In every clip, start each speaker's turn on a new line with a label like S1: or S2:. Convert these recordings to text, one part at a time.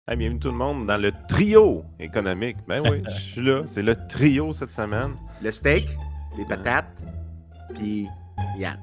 S1: Hey, bienvenue tout le monde dans le trio économique. Ben oui, je suis là. C'est le trio cette semaine.
S2: Le steak, les patates, puis Yann.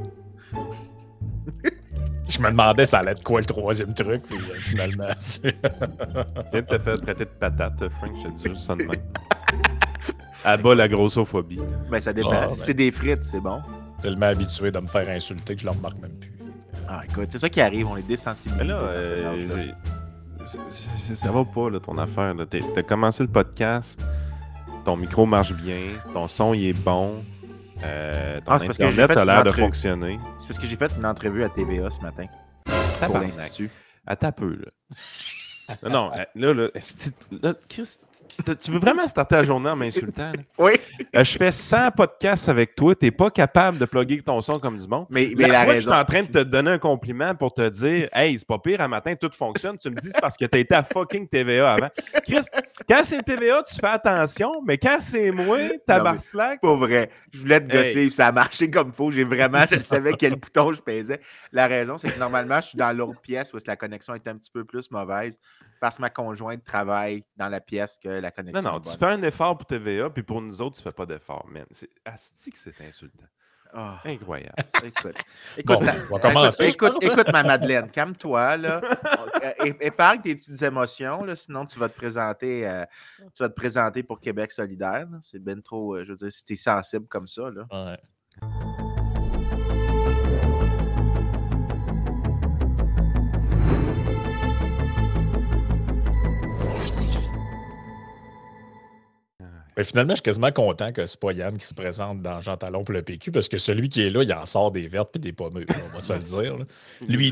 S3: Je me demandais ça allait être quoi le troisième truc, puis finalement, c'est...
S1: Tu viens de te faire traiter de patate, Frank, je te dis juste ça de même. À bas la grossophobie.
S2: Ben, ça dépend. Si c'est des frites, c'est bon.
S3: Tellement habitué de me faire insulter que je le remarque même plus.
S2: Ah, écoute, c'est ça qui arrive, on est désensibilisé.
S1: Mais là, ça va pas, là, ton affaire. Là. T'as commencé le podcast, ton micro marche bien, ton son, il est bon, ton internet a l'air de fonctionner.
S2: C'est parce que j'ai fait une entrevue à TVA ce matin. Pour l'Institut.
S1: Attends un peu, là. Non, là, Chris, tu veux vraiment starter la journée en m'insultant? Là?
S2: Oui.
S1: Je fais 100 podcasts avec toi, t'es pas capable de plugger ton son comme du monde.
S2: Mais la raison...
S1: je suis en train de te donner un compliment pour te dire « Hey, c'est pas pire, un matin, tout fonctionne. » Tu me dis c'est parce que t'as été à fucking TVA avant. Chris, quand c'est TVA, tu fais attention, mais quand c'est moi, tabarnak...
S2: Pas vrai. Je voulais te gosser, ça a marché comme il faut. Je savais quel bouton je pesais. La raison, c'est que normalement, je suis dans l'autre pièce où la connexion est un petit peu plus mauvaise. Parce que ma conjointe travaille dans la pièce que la connexion.
S1: Non, tu fais un effort pour TVA, puis pour nous autres, tu fais pas d'effort, man. Asti que c'est insultant. Oh. Incroyable.
S2: Écoute,
S3: on va commencer.
S2: Écoute, ma Madeleine, calme-toi, là. Épargne tes petites émotions, là, sinon tu vas te présenter pour Québec solidaire. Là. C'est bien trop, je veux dire, si t'es sensible comme ça, là.
S3: Ouais. Mais finalement, je suis quasiment content que c'est pas Yann qui se présente dans Jean Talon pour le PQ, parce que celui qui est là, il en sort des vertes et des pommures, on va se le dire. Là. Lui,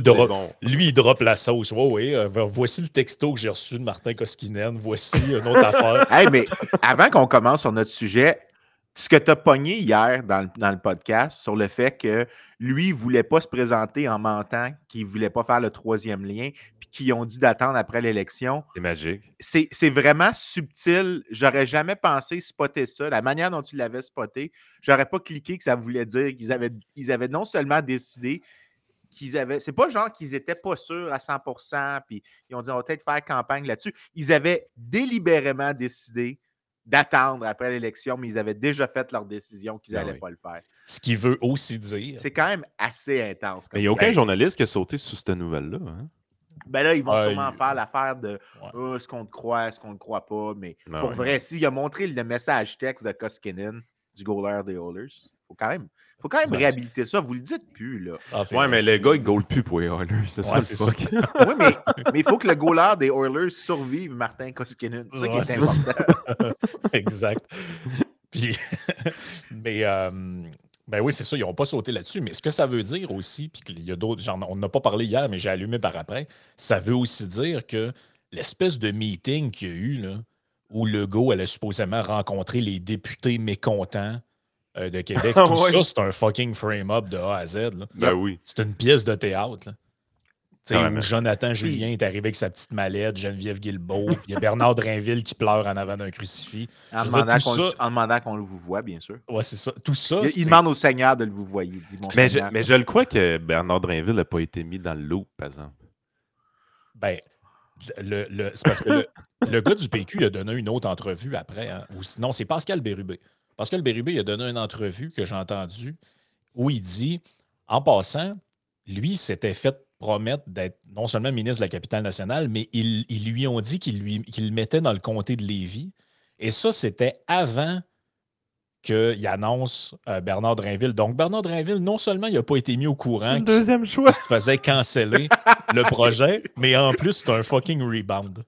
S3: il drop la sauce. Oui, voici le texto que j'ai reçu de Martin Koskinen. Voici une autre affaire.
S2: Hey, mais avant qu'on commence sur notre sujet, ce que tu as pogné hier dans le podcast sur le fait que lui, il ne voulait pas se présenter en mentant, qu'il ne voulait pas faire le troisième lien, puis qu'ils ont dit d'attendre après l'élection.
S1: C'est magique.
S2: C'est vraiment subtil. J'aurais jamais pensé spotter ça. La manière dont tu l'avais spoté, j'aurais pas cliqué que ça voulait dire qu'ils avaient non seulement décidé qu'ils avaient. C'est pas genre qu'ils n'étaient pas sûrs à 100%, puis ils ont dit on va peut-être faire campagne là-dessus. Ils avaient délibérément décidé d'attendre après l'élection, mais ils avaient déjà fait leur décision qu'ils n'allaient pas le faire.
S3: Ce qui veut aussi dire...
S2: C'est quand même assez intense.
S1: Mais il n'y a aucun journaliste qui a sauté sur cette nouvelle-là. Hein?
S2: Ben là, ils vont sûrement faire l'affaire de est-ce qu'on te croit, est-ce qu'on ne le croit pas. Mais pour vrai, s'il a montré le message texte de Koskinen, du goaler des Oilers, il faut quand même réhabiliter ça. Vous le dites plus, là.
S1: Mais le gars, il goal plus pour les Oilers. C'est ça le fuck.
S2: Oui, mais il faut que le goaler des Oilers survive Martin Koskinen. C'est ça qui est important.
S3: Exact. Puis, mais... Ben oui, c'est ça, ils n'ont pas sauté là-dessus. Mais ce que ça veut dire aussi, puis qu'il y a d'autres, on n'a pas parlé hier, mais j'ai allumé par après, ça veut aussi dire que l'espèce de meeting qu'il y a eu, là, où Legault allait supposément rencontrer les députés mécontents de Québec, tout ça, c'est un fucking frame-up de A à Z. Là.
S1: Ben oui.
S3: C'est une pièce de théâtre. Là. Où Jonathan Julien est arrivé avec sa petite mallette, Geneviève Guilbeault, puis il y a Bernard Drainville qui pleure en avant d'un crucifix.
S2: En demandant qu'on le vous voit, bien sûr.
S3: Oui, c'est ça. Tout ça.
S2: Il demande au Seigneur de le vous voyer.
S1: Mais je le crois que Bernard Drainville n'a pas été mis dans le loop, par exemple.
S3: Ben, c'est parce que le gars du PQ il a donné une autre entrevue après. Hein, ou sinon, c'est Pascal Bérubé. Pascal Bérubé il a donné une entrevue que j'ai entendue où il dit, en passant, lui s'était fait promettre d'être non seulement ministre de la Capitale-Nationale, mais ils lui ont dit qu'il le mettait dans le comté de Lévis. Et ça, c'était avant qu'il annonce Bernard Drainville. Donc, Bernard Drainville, non seulement il n'a pas été mis au courant
S1: qu'il se
S3: faisait canceller le projet, mais en plus, c'est un fucking rebound.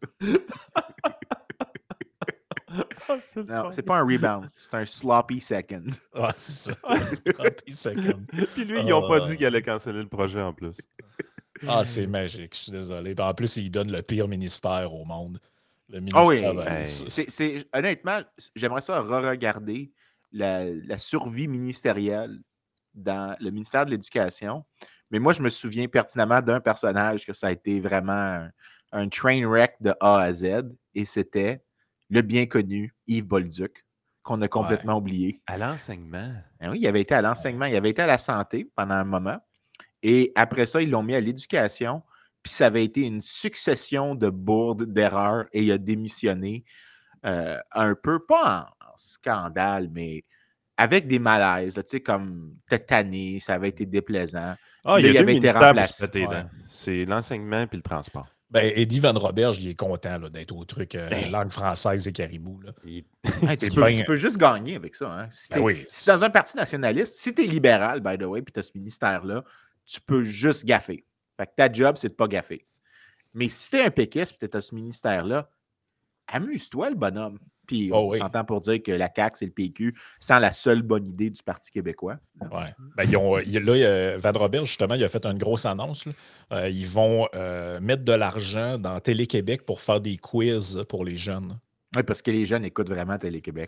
S2: Non, c'est pas un rebound, c'est un sloppy second.
S3: Ah, c'est ça. Sloppy second.
S1: Puis lui, ils n'ont pas dit qu'il allait canceller le projet en plus.
S3: Ah, c'est magique, je suis désolé. En plus, il donne le pire ministère au monde. Le ministère.
S2: Honnêtement, j'aimerais ça re-regarder la survie ministérielle dans le ministère de l'Éducation. Mais moi, je me souviens pertinemment d'un personnage que ça a été vraiment un train wreck de A à Z. Et c'était le bien connu Yves Bolduc, qu'on a complètement oublié.
S1: À l'enseignement.
S2: Ben oui, il avait été à l'enseignement. Il avait été à la santé pendant un moment. Et après ça, ils l'ont mis à l'éducation. puis ça avait été une succession de bourdes, d'erreurs, et il a démissionné un peu, pas en scandale, mais avec des malaises, là, tu sais, comme tétané, ça avait été déplaisant.
S1: Ah, il
S2: Là,
S1: y a deux
S2: avait été
S1: ministères pour se
S2: remplacé.
S1: péter,
S3: Ouais.
S1: là. C'est l'enseignement puis le transport.
S3: Ben, Eddie Van Roberge, il est content là, d'être au truc langue française et caribou. Là.
S2: Hey, tu,
S3: C'est
S2: peux,
S3: bien-
S2: tu peux juste gagner avec ça. Hein. Si
S3: Ben
S2: t'es
S3: oui.
S2: si t'es dans un parti nationaliste, si tu es libéral, by the way, puis tu as ce ministère-là, tu peux juste gaffer. Fait que ta job, c'est de pas gaffer. Mais si tu es un péquiste et tu as ce ministère-là, amuse-toi, le bonhomme. Puis on
S3: Oh oui.
S2: s'entend pour dire que la CAQ, c'est le PQ, sans la seule bonne idée du Parti québécois.
S3: Ouais. Ben, Van Roberge, justement, il a fait une grosse annonce. Là. Ils vont mettre de l'argent dans Télé-Québec pour faire des quiz pour les jeunes.
S2: Oui, parce que les jeunes écoutent vraiment Télé-Québec.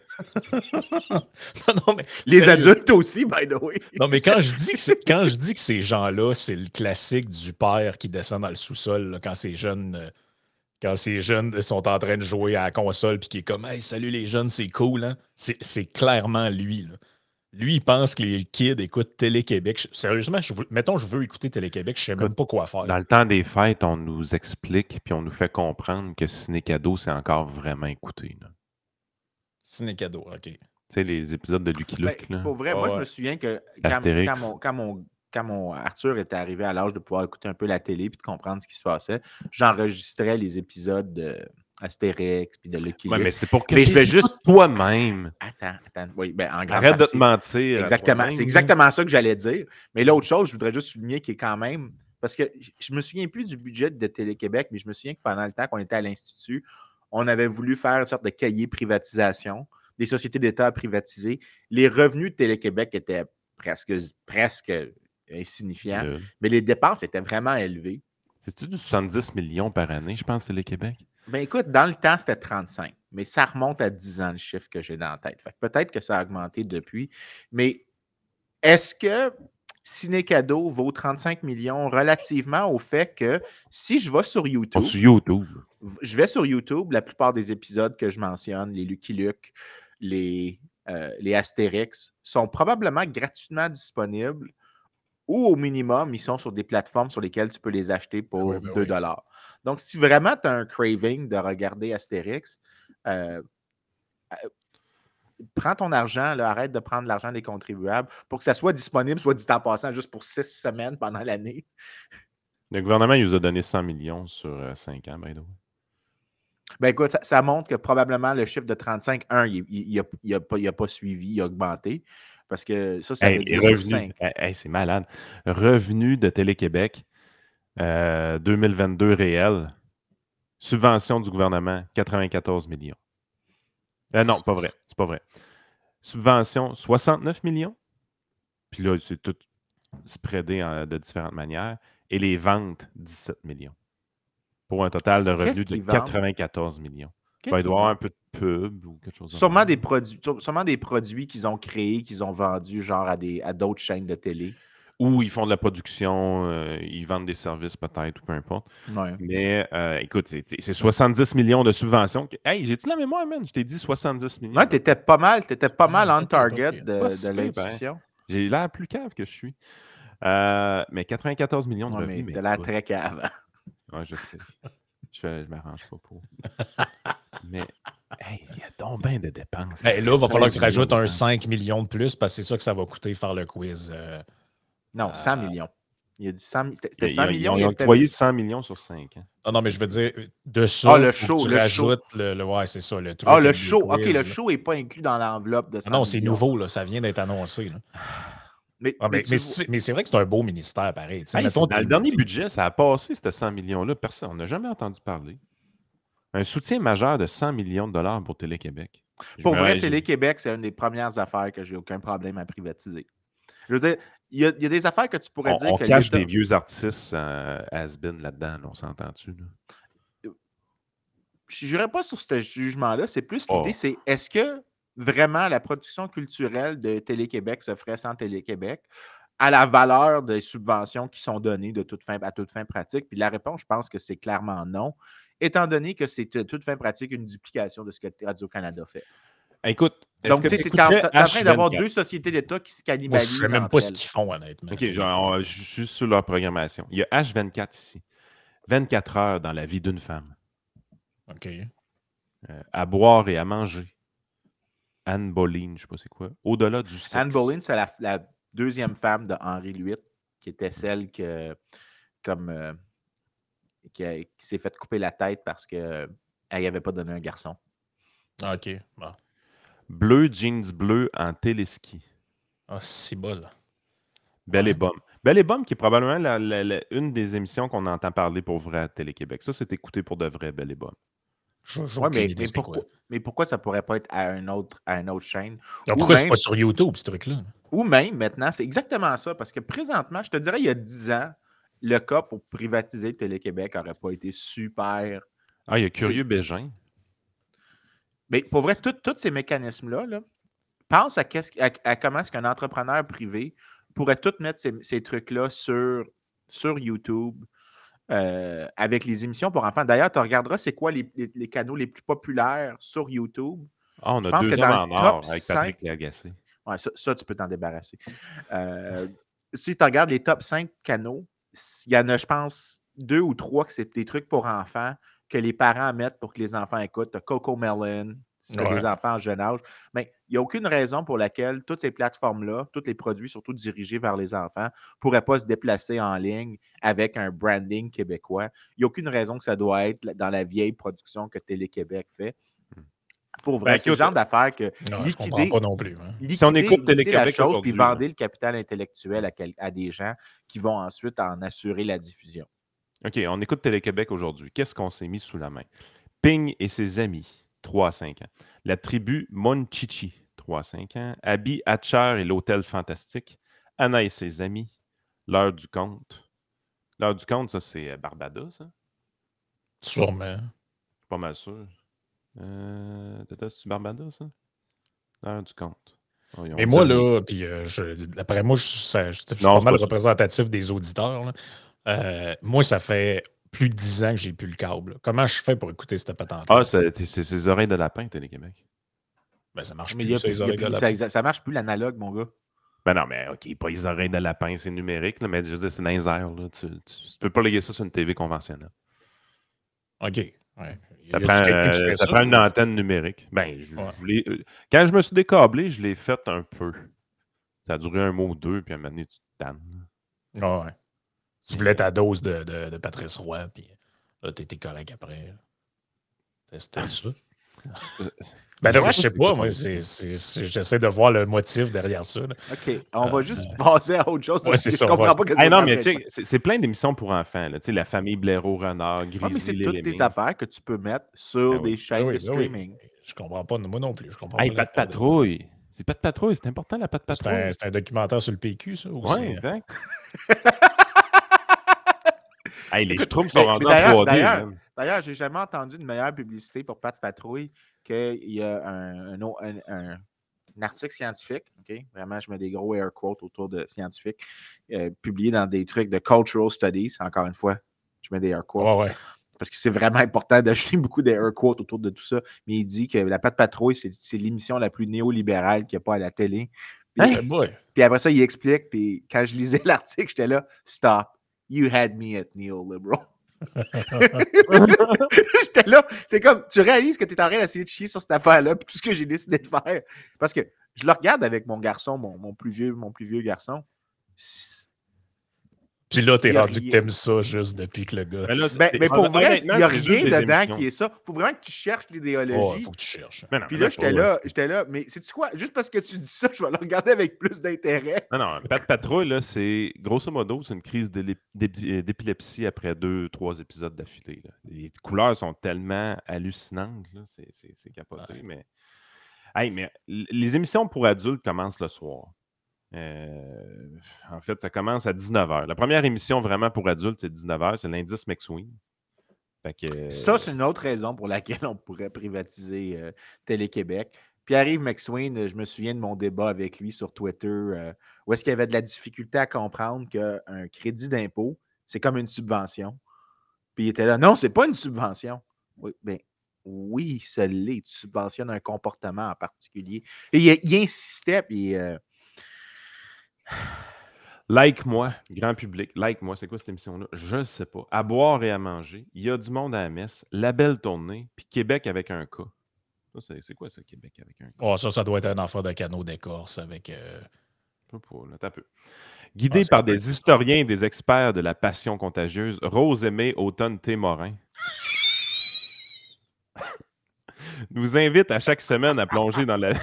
S3: Non, mais
S2: Les
S3: sérieux.
S2: adultes aussi, by the way.
S3: Non, mais quand je dis que ces gens-là, c'est le classique du père qui descend dans le sous-sol là, quand ces jeunes sont en train de jouer à la console puis qui est comme hey, salut les jeunes, c'est cool, hein? C'est clairement lui. Là. Lui, il pense que les kids écoutent Télé-Québec. Sérieusement, mettons, je veux écouter Télé-Québec, je sais même pas quoi faire.
S1: Dans le temps des fêtes, on nous explique puis on nous fait comprendre que Ciné Cadeau, c'est encore vraiment écouté. Là.
S3: Ciné Cadeau, OK.
S1: Tu sais, les épisodes de Lucky Luke.
S2: Ben,
S1: là.
S2: pour vrai, moi, je me souviens que
S1: Astérix.
S2: quand mon Arthur était arrivé à l'âge de pouvoir écouter un peu la télé et de comprendre ce qui se passait, j'enregistrais les épisodes de Astérix puis de Lucky
S1: Ouais,
S2: Luke.
S1: mais c'est pour que
S2: Mais je vais
S1: tu
S2: juste-
S1: toi-même.
S2: Attends. Oui, ben, en grande
S1: Arrête de
S2: partie.
S1: te mentir. à
S2: Exactement.
S1: toi-même,
S2: C'est
S1: là.
S2: exactement ça que j'allais dire. Mais l'autre chose, je voudrais juste souligner qu'il est quand même. Parce que je me souviens plus du budget de Télé-Québec, mais je me souviens que pendant le temps qu'on était à l'Institut, on avait voulu faire une sorte de cahier privatisation, des sociétés d'État à privatiser. Les revenus de Télé-Québec étaient presque insignifiants,
S1: Nul.
S2: mais les dépenses étaient vraiment élevées.
S1: C'est-tu du 70 millions par année, je pense, c'est le Québec?
S2: Ben écoute, dans le temps, c'était 35, mais ça remonte à 10 ans, le chiffre que j'ai dans la tête. Fait que peut-être que ça a augmenté depuis, mais est-ce que Ciné Cadeau vaut 35 millions relativement au fait que si je vais sur YouTube,
S1: Sur YouTube.
S2: je vais sur YouTube, la plupart des épisodes que je mentionne, les Lucky Luke, les Astérix, sont probablement gratuitement disponibles ou au minimum, ils sont sur des plateformes sur lesquelles tu peux les acheter pour
S3: Oui, ben
S2: 2 $. Donc, si vraiment tu as un craving de regarder Astérix, prends ton argent, là, arrête de prendre l'argent des contribuables pour que ça soit disponible, soit dit en passant, juste pour 6 semaines pendant l'année.
S1: Le gouvernement, il nous a donné 100 millions sur 5 ans, by the way.
S2: Ben écoute, ça montre que probablement le chiffre de 35, il n'a pas suivi, il a augmenté. Parce que ça veut dire sur 5.
S1: C'est malade. Revenu de Télé-Québec, 2022 réel. Subvention du gouvernement, 94 millions. Non, pas vrai. C'est pas vrai. Subvention, 69 millions. Puis là, c'est tout spreadé de différentes manières. Et les ventes, 17 millions. Pour un total de revenus de 94 millions. Il doit y avoir un peu de pub ou quelque chose.
S2: Sûrement des produits qu'ils ont créés, qu'ils ont vendus genre à d'autres chaînes de télé.
S1: Ou ils font de la production, ils vendent des services peut-être, ou peu importe.
S2: Ouais.
S1: Mais écoute, c'est 70 millions de subventions. Hey, j'ai-tu la mémoire, man? Je t'ai dit 70 millions.
S2: Ouais, t'étais pas mal on target de
S1: si pire,
S2: l'institution.
S1: J'ai l'air plus cave que je suis. Mais 94 millions de
S2: Ouais,
S1: revenus.
S2: mais t'as l'air très cave.
S1: Ouais, je sais. Je m'arrange pas pour. Mais, hey, il y a donc bien de dépenses.
S3: Ben, là, il va falloir que tu rajoutes un 5 millions de plus parce que c'est ça que ça va coûter faire le quiz.
S2: Non, 100 millions. Il a dit 100 millions. C'était 100 millions.
S1: Ils ont octroyé 100 millions sur 5 ans.
S3: Non, mais je veux dire, de ça,
S2: le
S3: faut
S2: show,
S3: que tu
S2: le
S3: rajoutes ouais, c'est ça, le truc.
S2: Le show. OK, le show n'est pas inclus dans l'enveloppe de 100
S3: non, c'est
S2: millions.
S3: nouveau, là, ça vient d'être annoncé. Là.
S2: Mais
S3: c'est vrai que c'est un beau ministère, pareil.
S1: Hey, dans le dernier budget, ça a passé, ce 100 millions-là. Personne, on n'a jamais entendu parler. Un soutien majeur de 100 millions de dollars pour Télé-Québec.
S2: Pour vrai, Télé-Québec, c'est une des premières affaires que j'ai aucun problème à privatiser. Je veux dire, il y a des affaires que tu pourrais dire
S1: on
S2: que
S1: cache des vieux artistes has-been là-dedans, on s'entend-tu? Là?
S2: Je ne jurerais pas sur ce jugement-là. C'est plus l'idée, c'est est-ce que vraiment la production culturelle de Télé-Québec se ferait sans Télé-Québec à la valeur des subventions qui sont données à toute fin pratique? Puis la réponse, je pense que c'est clairement non, étant donné que c'est à toute fin pratique une duplication de ce que Radio-Canada fait.
S1: Écoute,
S2: donc, tu es en train d'avoir deux sociétés d'État qui se cannibalisent.
S3: Je ne sais même pas ce qu'ils font, honnêtement.
S1: OK, je suis sur leur programmation. Il y a H24 ici. 24 heures dans la vie d'une femme.
S3: OK.
S1: À boire et à manger. Anne Boleyn, je ne sais pas c'est quoi. Au-delà du sexe.
S2: Anne Boleyn, c'est la deuxième femme de Henri VIII, qui était celle qui s'est fait couper la tête parce qu'elle n'avait pas donné un garçon.
S3: OK. Bon.
S1: Bleu, jeans bleu en téléski.
S3: Ah, c'est bol.
S1: Belle et Bomme. Belle et Bomme, qui est probablement une des émissions qu'on entend parler pour vrai à Télé-Québec. Ça, c'est écouté pour de vrai, Belle et Bomme.
S2: Ouais, mais pourquoi ça pourrait pas être à une autre chaîne?
S3: Alors, pourquoi c'est pas sur YouTube, ce truc-là?
S2: Ou même, maintenant, c'est exactement ça. Parce que présentement, je te dirais, il y a 10 ans, le cas pour privatiser Télé-Québec n'aurait pas été super.
S1: Ah, il y a Curieux Bégin.
S2: Mais pour vrai, tous ces mécanismes-là, pense à comment est-ce qu'un entrepreneur privé pourrait tout mettre ces trucs-là sur YouTube avec les émissions pour enfants. D'ailleurs, tu regarderas c'est quoi les canaux les plus populaires sur YouTube.
S1: Ah, on
S2: Je
S1: a
S2: pense que
S1: 2 hommes
S2: dans
S1: en
S2: le top
S1: or avec
S2: 5,
S1: Patrick Lagacé.
S2: ouais, ça, tu peux t'en débarrasser. Si tu regardes les top 5 canaux, il y en a, je pense, 2 ou 3 que c'est des trucs pour enfants que les parents mettent pour que les enfants écoutent. Tu as Coco Melon, si tu as des enfants en jeune âge. Mais il n'y a aucune raison pour laquelle toutes ces plateformes-là, tous les produits, surtout dirigés vers les enfants, ne pourraient pas se déplacer en ligne avec un branding québécois. Il n'y a aucune raison que ça doit être dans la vieille production que Télé-Québec fait. Pour vrai, c'est le genre d'affaires que
S3: je comprends pas non plus. Hein.
S1: Si on écoute Télé-Québec
S2: puis vendre le capital intellectuel à des gens qui vont ensuite en assurer la diffusion.
S1: OK, on écoute Télé-Québec aujourd'hui. Qu'est-ce qu'on s'est mis sous la main? Ping et ses amis, 3 à 5 ans. La tribu Monchichi, 3 à 5 ans. Abby Hatcher et l'Hôtel Fantastique. Anna et ses amis. L'heure du conte. L'heure du conte, ça, c'est Barbados, ça?
S3: Sûrement.
S1: Pas mal sûr. C'est-tu Barbados, ça? L'heure du conte.
S3: Oh, mais moi, là, puis d'après moi, je suis pas mal représentatif des auditeurs. Là. Moi, ça fait plus de 10 ans que j'ai plus le câble. Là. Comment je fais pour écouter cette patente-là?
S1: Ah, c'est ses oreilles de lapin, Télé-Québec.
S3: Ben, ça marche plus, les oreilles de lapin.
S2: Ça marche plus l'analogue, mon gars.
S1: Ben non, mais OK, pas les oreilles de lapin, c'est numérique, là, mais je veux dire, c'est dans les airs. Là. Tu peux pas léguer ça sur une TV conventionnelle.
S3: OK. Ouais.
S1: Ça prend une antenne numérique. Ben, quand je me suis décâblé, je l'ai fait un peu. Ça a duré un mois ou deux, puis à un moment donné, tu te tannes.
S3: Ah ouais. Tu voulais ta dose de Patrice Roy, puis là, t'étais correct après. C'était ça. Ben là, je sais pas, moi, j'essaie de voir le motif derrière ça. Là.
S2: OK, on va juste passer à autre chose.
S3: Ouais, c'est ça.
S2: Je comprends pas que
S1: non, mais tu sais, c'est plein d'émissions pour enfants. Là. La famille Blaireau-Renard, Grizzly,
S2: mais c'est
S1: toutes
S2: des affaires que tu peux mettre sur des chaînes de streaming.
S3: Je comprends pas, moi non plus. Je comprends
S1: pas. Pat Patrouille. C'est Pat Patrouille, c'est important, la Pat Patrouille.
S3: C'est un documentaire sur le PQ, ça aussi.
S1: Oui, exact. Les Schtroumpfs sont rendus en 3D.
S2: D'ailleurs, j'ai jamais entendu une meilleure publicité pour Pat Patrouille qu'il y a un article scientifique, OK? Vraiment, je mets des gros air quotes autour de scientifique, publié dans des trucs de cultural studies. Encore une fois, je mets des air quotes.
S3: Oh, ouais.
S2: Parce que c'est vraiment important d'ajouter beaucoup d'air quotes autour de tout ça. Mais il dit que la Pat Patrouille, c'est l'émission la plus néolibérale qu'il n'y a pas à la télé. Puis après ça, il explique. Puis quand je lisais l'article, j'étais là, stop. You had me at neoliberal. J'étais là, c'est comme, tu réalises que tu es en train d'essayer de chier sur cette affaire-là, puis tout ce que j'ai décidé de faire. Parce que je le regarde avec mon garçon, mon plus vieux garçon.
S3: Puis là, t'es rendu que t'aimes ça juste depuis que le gars.
S2: Mais pour vrai, il n'y a rien dedans qui est ça. Il faut vraiment que tu cherches l'idéologie.
S3: Il faut que tu cherches.
S2: Puis là, j'étais là, mais sais-tu quoi? Juste parce que tu dis ça, je vais le regarder avec plus d'intérêt.
S1: Non, Pat Patrouille, là, c'est grosso modo, c'est une crise d'épilepsie après 2-3 épisodes d'affilée. Les couleurs sont tellement hallucinantes, là, c'est capoté. Ouais. Mais les émissions pour adultes commencent le soir. En fait, ça commence à 19h. La première émission vraiment pour adultes, c'est 19h, c'est l'Indice McSween.
S2: Ça, c'est une autre raison pour laquelle on pourrait privatiser Télé-Québec. Pierre-Yves McSween, je me souviens de mon débat avec lui sur Twitter, où est-ce qu'il y avait de la difficulté à comprendre qu'un crédit d'impôt, c'est comme une subvention. Puis il était là, non, c'est pas une subvention. Oui, ça l'est. Tu subventionnes un comportement en particulier. Et il insistait, puis...
S1: Like-moi, grand public, like-moi, c'est quoi cette émission-là? Je ne sais pas. À boire et à manger, il y a du monde à la messe, la belle tournée, puis Québec avec un K. Ça, c'est quoi ça, Québec avec un K?
S3: Oh, ça doit être un enfant de canot d'écorce avec.
S1: Je sais pas, là, t'as peu.
S3: Ah,
S1: Guidé
S3: ça
S1: par
S3: se peut
S1: des
S3: être ça.
S1: historiens et des experts de la passion contagieuse, Rose Aimée Automne T. Morin nous invite à chaque semaine à plonger dans la...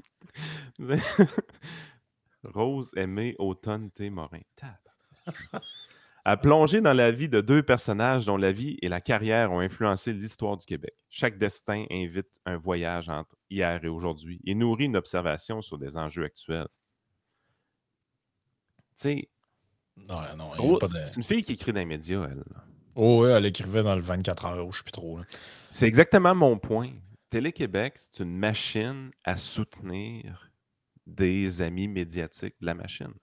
S1: Rose Aimée Automne T. Morin. À plonger dans la vie de deux personnages dont la vie et la carrière ont influencé l'histoire du Québec. Chaque destin invite un voyage entre hier et aujourd'hui et nourrit une observation sur des enjeux actuels. Tu sais,
S3: Non, il n'y a pas de.
S1: c'est une fille qui écrit dans les médias, elle. Là.
S3: Oh, ouais, elle écrivait dans le 24 heures, je ne sais plus trop. Là.
S1: C'est exactement mon point. Télé-Québec, c'est une machine à soutenir des amis médiatiques de la machine.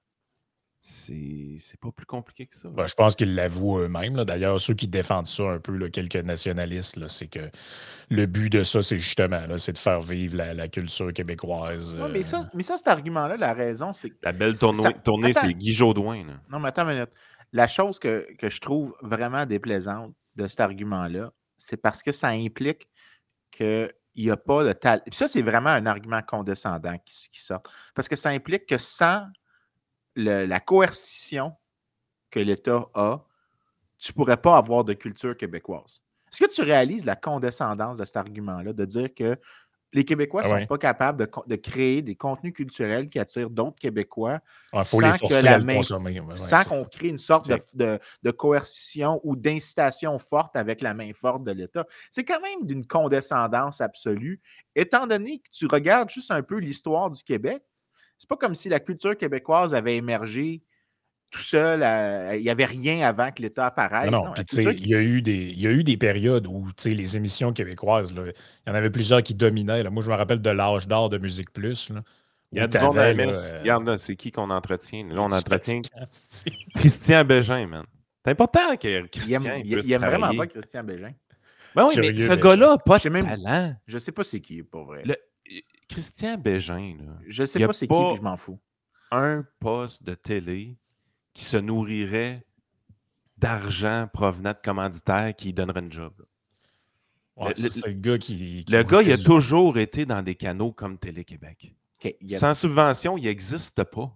S1: C'est pas plus compliqué que ça.
S3: Ben, je pense qu'ils l'avouent eux-mêmes. Là. D'ailleurs, ceux qui défendent ça un peu, là, quelques nationalistes, là, c'est que le but de ça, c'est justement là, c'est de faire vivre la culture québécoise.
S2: Ouais, mais ça, cet argument-là, la raison, c'est que.
S1: La belle
S2: ça-
S1: tournée,
S2: Attends.
S1: c'est Guy Jodoin. Là.
S2: Non, mais attends une minute. La chose que je trouve vraiment déplaisante de cet argument-là, c'est parce que ça implique qu'il n'y a pas de talent. Puis ça, c'est vraiment un argument condescendant qui sort. Parce que ça implique que sans la coercition que l'État a, tu ne pourrais pas avoir de culture québécoise. Est-ce que tu réalises la condescendance de cet argument-là, de dire que les Québécois ne sont pas capables de créer des contenus culturels qui attirent d'autres Québécois
S3: faut les forcer à le consommer.
S2: sans qu'on crée une sorte de coercition ou d'incitation forte avec la main forte de l'État? C'est quand même d'une condescendance absolue, étant donné que tu regardes juste un peu l'histoire du Québec. C'est pas comme si la culture québécoise avait émergé tout seul, il n'y avait rien avant que l'État apparaisse.
S3: Non, puis il y a eu des périodes où les émissions québécoises, là, il y en avait plusieurs qui dominaient. Là. Moi, je me rappelle de l'âge d'or de Musique Plus. Là,
S1: il y a du monde à la messe. Regarde, là, c'est qui qu'on entretient? Là, on entretient Christian Bégin, man. C'est important que Christian puisse
S2: il aime
S1: travailler.
S2: vraiment pas Christian Bégin.
S1: Ben oui, mais ce gars-là n'a pas de talent.
S2: Je ne sais pas c'est qui, pour vrai.
S1: Christian Bégin, là,
S2: je ne sais pas c'est qui, puis je m'en fous.
S1: Un poste de télé qui se nourrirait d'argent provenant de commanditaires qui donnerait une job.
S3: Ouais, c'est le gars qui
S1: le gars, il a toujours été dans des canaux comme Télé-Québec. Sans subvention, il n'existe pas.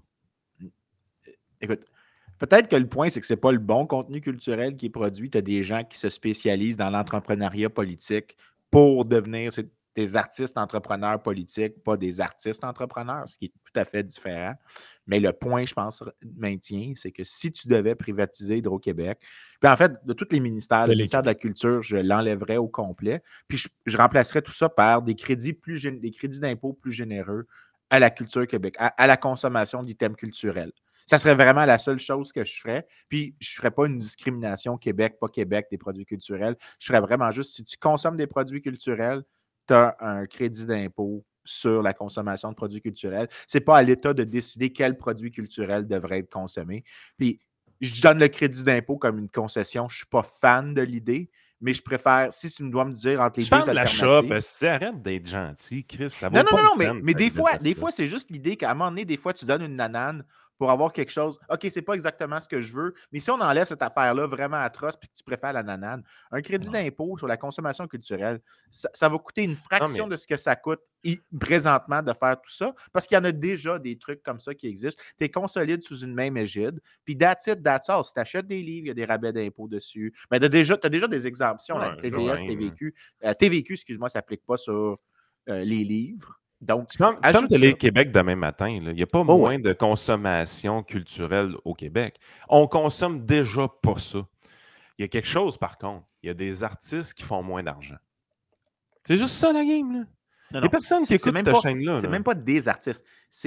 S2: Écoute, peut-être que le point, c'est que ce n'est pas le bon contenu culturel qui est produit. Tu as des gens qui se spécialisent dans l'entrepreneuriat politique pour devenir des artistes entrepreneurs politiques, pas des artistes entrepreneurs, ce qui est tout à fait différent. Mais le point, je pense, maintient, c'est que si tu devais privatiser Hydro-Québec, puis en fait, de tous les ministères, le ministère de la Culture, je l'enlèverais au complet, puis je remplacerais tout ça par des crédits d'impôt plus généreux à la culture Québec, à la consommation d'items culturels. Ça serait vraiment la seule chose que je ferais. Puis, je ne ferais pas une discrimination Québec, pas Québec, des produits culturels. Je ferais vraiment juste, si tu consommes des produits culturels, tu as un crédit d'impôt sur la consommation de produits culturels. Ce n'est pas à l'État de décider quels produits culturels devraient être consommés. Puis, je donne le crédit d'impôt comme une concession. Je ne suis pas fan de l'idée, mais je préfère, si tu dois me dire entre les deux alternatives...
S1: Arrête d'être gentil, Chris. Ça vaut
S2: non,
S1: pas
S2: mais des fois, c'est juste l'idée qu'à un moment donné, des fois, tu donnes une nanane pour avoir quelque chose. OK, c'est pas exactement ce que je veux, mais si on enlève cette affaire-là vraiment atroce puis que tu préfères la nanane, un crédit d'impôt sur la consommation culturelle, ça va coûter une fraction de ce que ça coûte présentement de faire tout ça, parce qu'il y en a déjà des trucs comme ça qui existent. Tu es consolides sous une même égide, puis that's it, that's all. Si tu achètes des livres, il y a des rabais d'impôt dessus. Mais tu as déjà des exemptions, la TVS, TVQ. TVQ, excuse-moi, ça s'applique pas sur les livres. Donc,
S1: comme Télé-Québec demain matin, il n'y a pas moins de consommation culturelle au Québec. On consomme déjà pas ça. Il y a quelque chose, par contre. Il y a des artistes qui font moins d'argent. C'est juste ça, la game. Là. Il y a personne qui écoute cette chaîne-là.
S2: C'est même pas des artistes.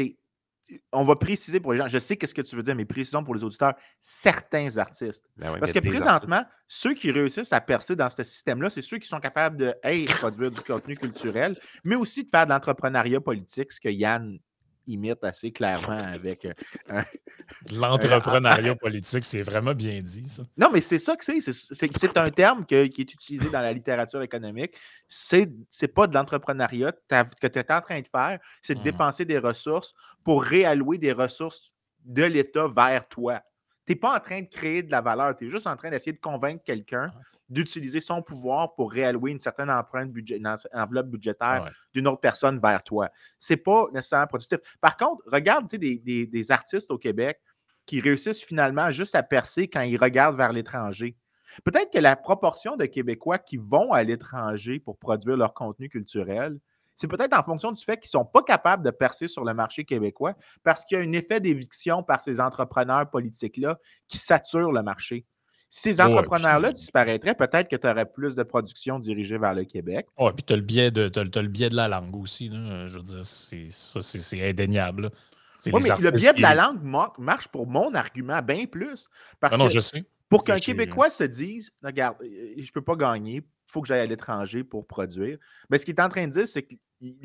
S2: On va préciser pour les gens. Je sais qu'est-ce que tu veux dire, mais précisons pour les auditeurs, certains artistes. Parce que présentement, ceux qui réussissent à percer dans ce système-là, c'est ceux qui sont capables de produire du contenu culturel, mais aussi de faire de l'entrepreneuriat politique, ce que Yann imite assez clairement avec
S3: l'entrepreneuriat politique, c'est vraiment bien dit, ça.
S2: Non, mais c'est ça que c'est. C'est un terme qui est utilisé dans la littérature économique. C'est pas de l'entrepreneuriat que tu es en train de faire, c'est de dépenser des ressources pour réallouer des ressources de l'État vers toi. Tu n'es pas en train de créer de la valeur, tu es juste en train d'essayer de convaincre quelqu'un d'utiliser son pouvoir pour réallouer une certaine enveloppe budgétaire d'une autre personne vers toi. Ce n'est pas nécessairement productif. Par contre, regarde des artistes au Québec qui réussissent finalement juste à percer quand ils regardent vers l'étranger. Peut-être que la proportion de Québécois qui vont à l'étranger pour produire leur contenu culturel, c'est peut-être en fonction du fait qu'ils ne sont pas capables de percer sur le marché québécois parce qu'il y a un effet d'éviction par ces entrepreneurs politiques-là qui saturent le marché. Si ces entrepreneurs-là disparaîtraient, peut-être que tu aurais plus de production dirigée vers le Québec.
S3: Oui, puis tu as le biais de la langue aussi. Là. Je veux dire, c'est indéniable.
S2: Oui, mais le biais de la langue marche pour mon argument bien plus. Parce que
S3: je sais.
S2: Pour qu'un Québécois se dise, regarde, je ne peux pas gagner, il faut que j'aille à l'étranger pour produire. Mais ce qu'il est en train de dire, c'est que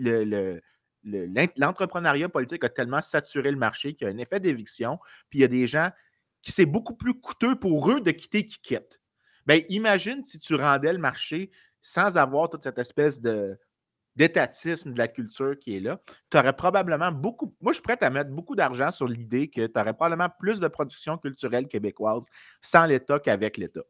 S2: l'entrepreneuriat politique a tellement saturé le marché qu'il y a un effet d'éviction, puis il y a des gens qui c'est beaucoup plus coûteux pour eux de quitter qu'ils quittent. Bien, imagine si tu rendais le marché sans avoir toute cette espèce d'étatisme de la culture qui est là, tu aurais probablement beaucoup. Moi, je suis prêt à mettre beaucoup d'argent sur l'idée que tu aurais probablement plus de production culturelle québécoise sans l'État qu'avec l'État.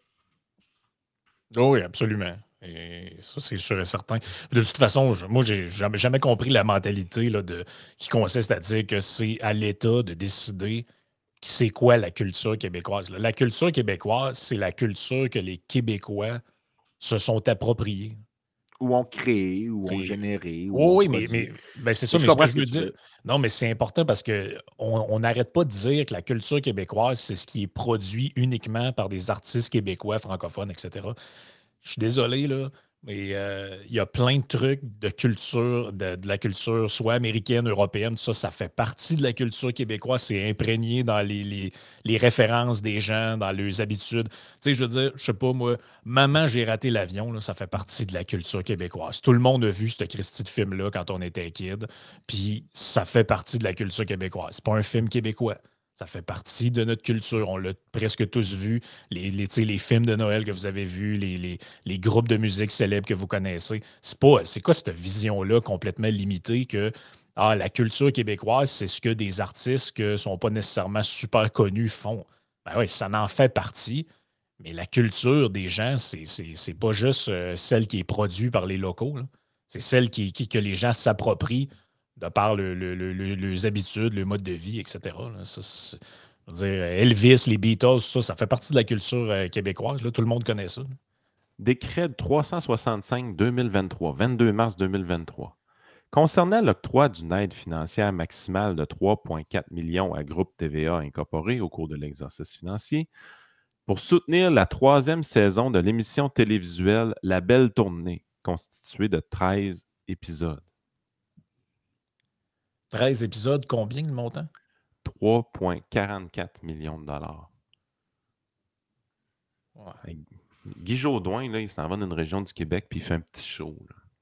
S3: Oui, absolument. Et ça, c'est sûr et certain. De toute façon, moi, j'ai jamais compris la mentalité là, qui consiste à dire que c'est à l'État de décider c'est quoi la culture québécoise. Là. La culture québécoise, c'est la culture que les Québécois se sont appropriés.
S2: Ou ont créé, ou ont généré.
S3: Oui, mais c'est ça, mais ce que je veux dire. Non, mais c'est important parce qu'on n'arrête pas de dire que la culture québécoise, c'est ce qui est produit uniquement par des artistes québécois, francophones, etc. Je suis désolé, là, mais il y a plein de trucs de culture, de la culture soit américaine, européenne, tout ça, ça fait partie de la culture québécoise, c'est imprégné dans les références des gens, dans leurs habitudes. Tu sais, je veux dire, je sais pas, moi, Maman, j'ai raté l'avion, là, ça fait partie de la culture québécoise. Tout le monde a vu ce Christy de film-là quand on était kid, puis ça fait partie de la culture québécoise. C'est pas un film québécois. Ça fait partie de notre culture. On l'a presque tous vu. Les films de Noël que vous avez vus, les groupes de musique célèbres que vous connaissez. C'est quoi cette vision-là complètement limitée que la culture québécoise, c'est ce que des artistes qui ne sont pas nécessairement super connus font. Ben oui, ça en fait partie. Mais la culture des gens, c'est pas juste celle qui est produite par les locaux. Là. C'est celle que les gens s'approprient de par leurs habitudes, le mode de vie, etc. Là. Ça, je veux dire, Elvis, les Beatles, ça fait partie de la culture québécoise. Là. Tout le monde connaît ça. Là.
S1: Décret 365-2023, 22 mars 2023. Concernant l'octroi d'une aide financière maximale de 3,4 millions à Groupe TVA Incorporé au cours de l'exercice financier, pour soutenir la 3e saison de l'émission télévisuelle La Belle Tournée, constituée de 13 épisodes.
S3: 13 épisodes, combien de montant?
S1: 3,44 millions de dollars. Ouais. Guy Jodoin, là, il s'en va dans une région du Québec puis il fait un petit show.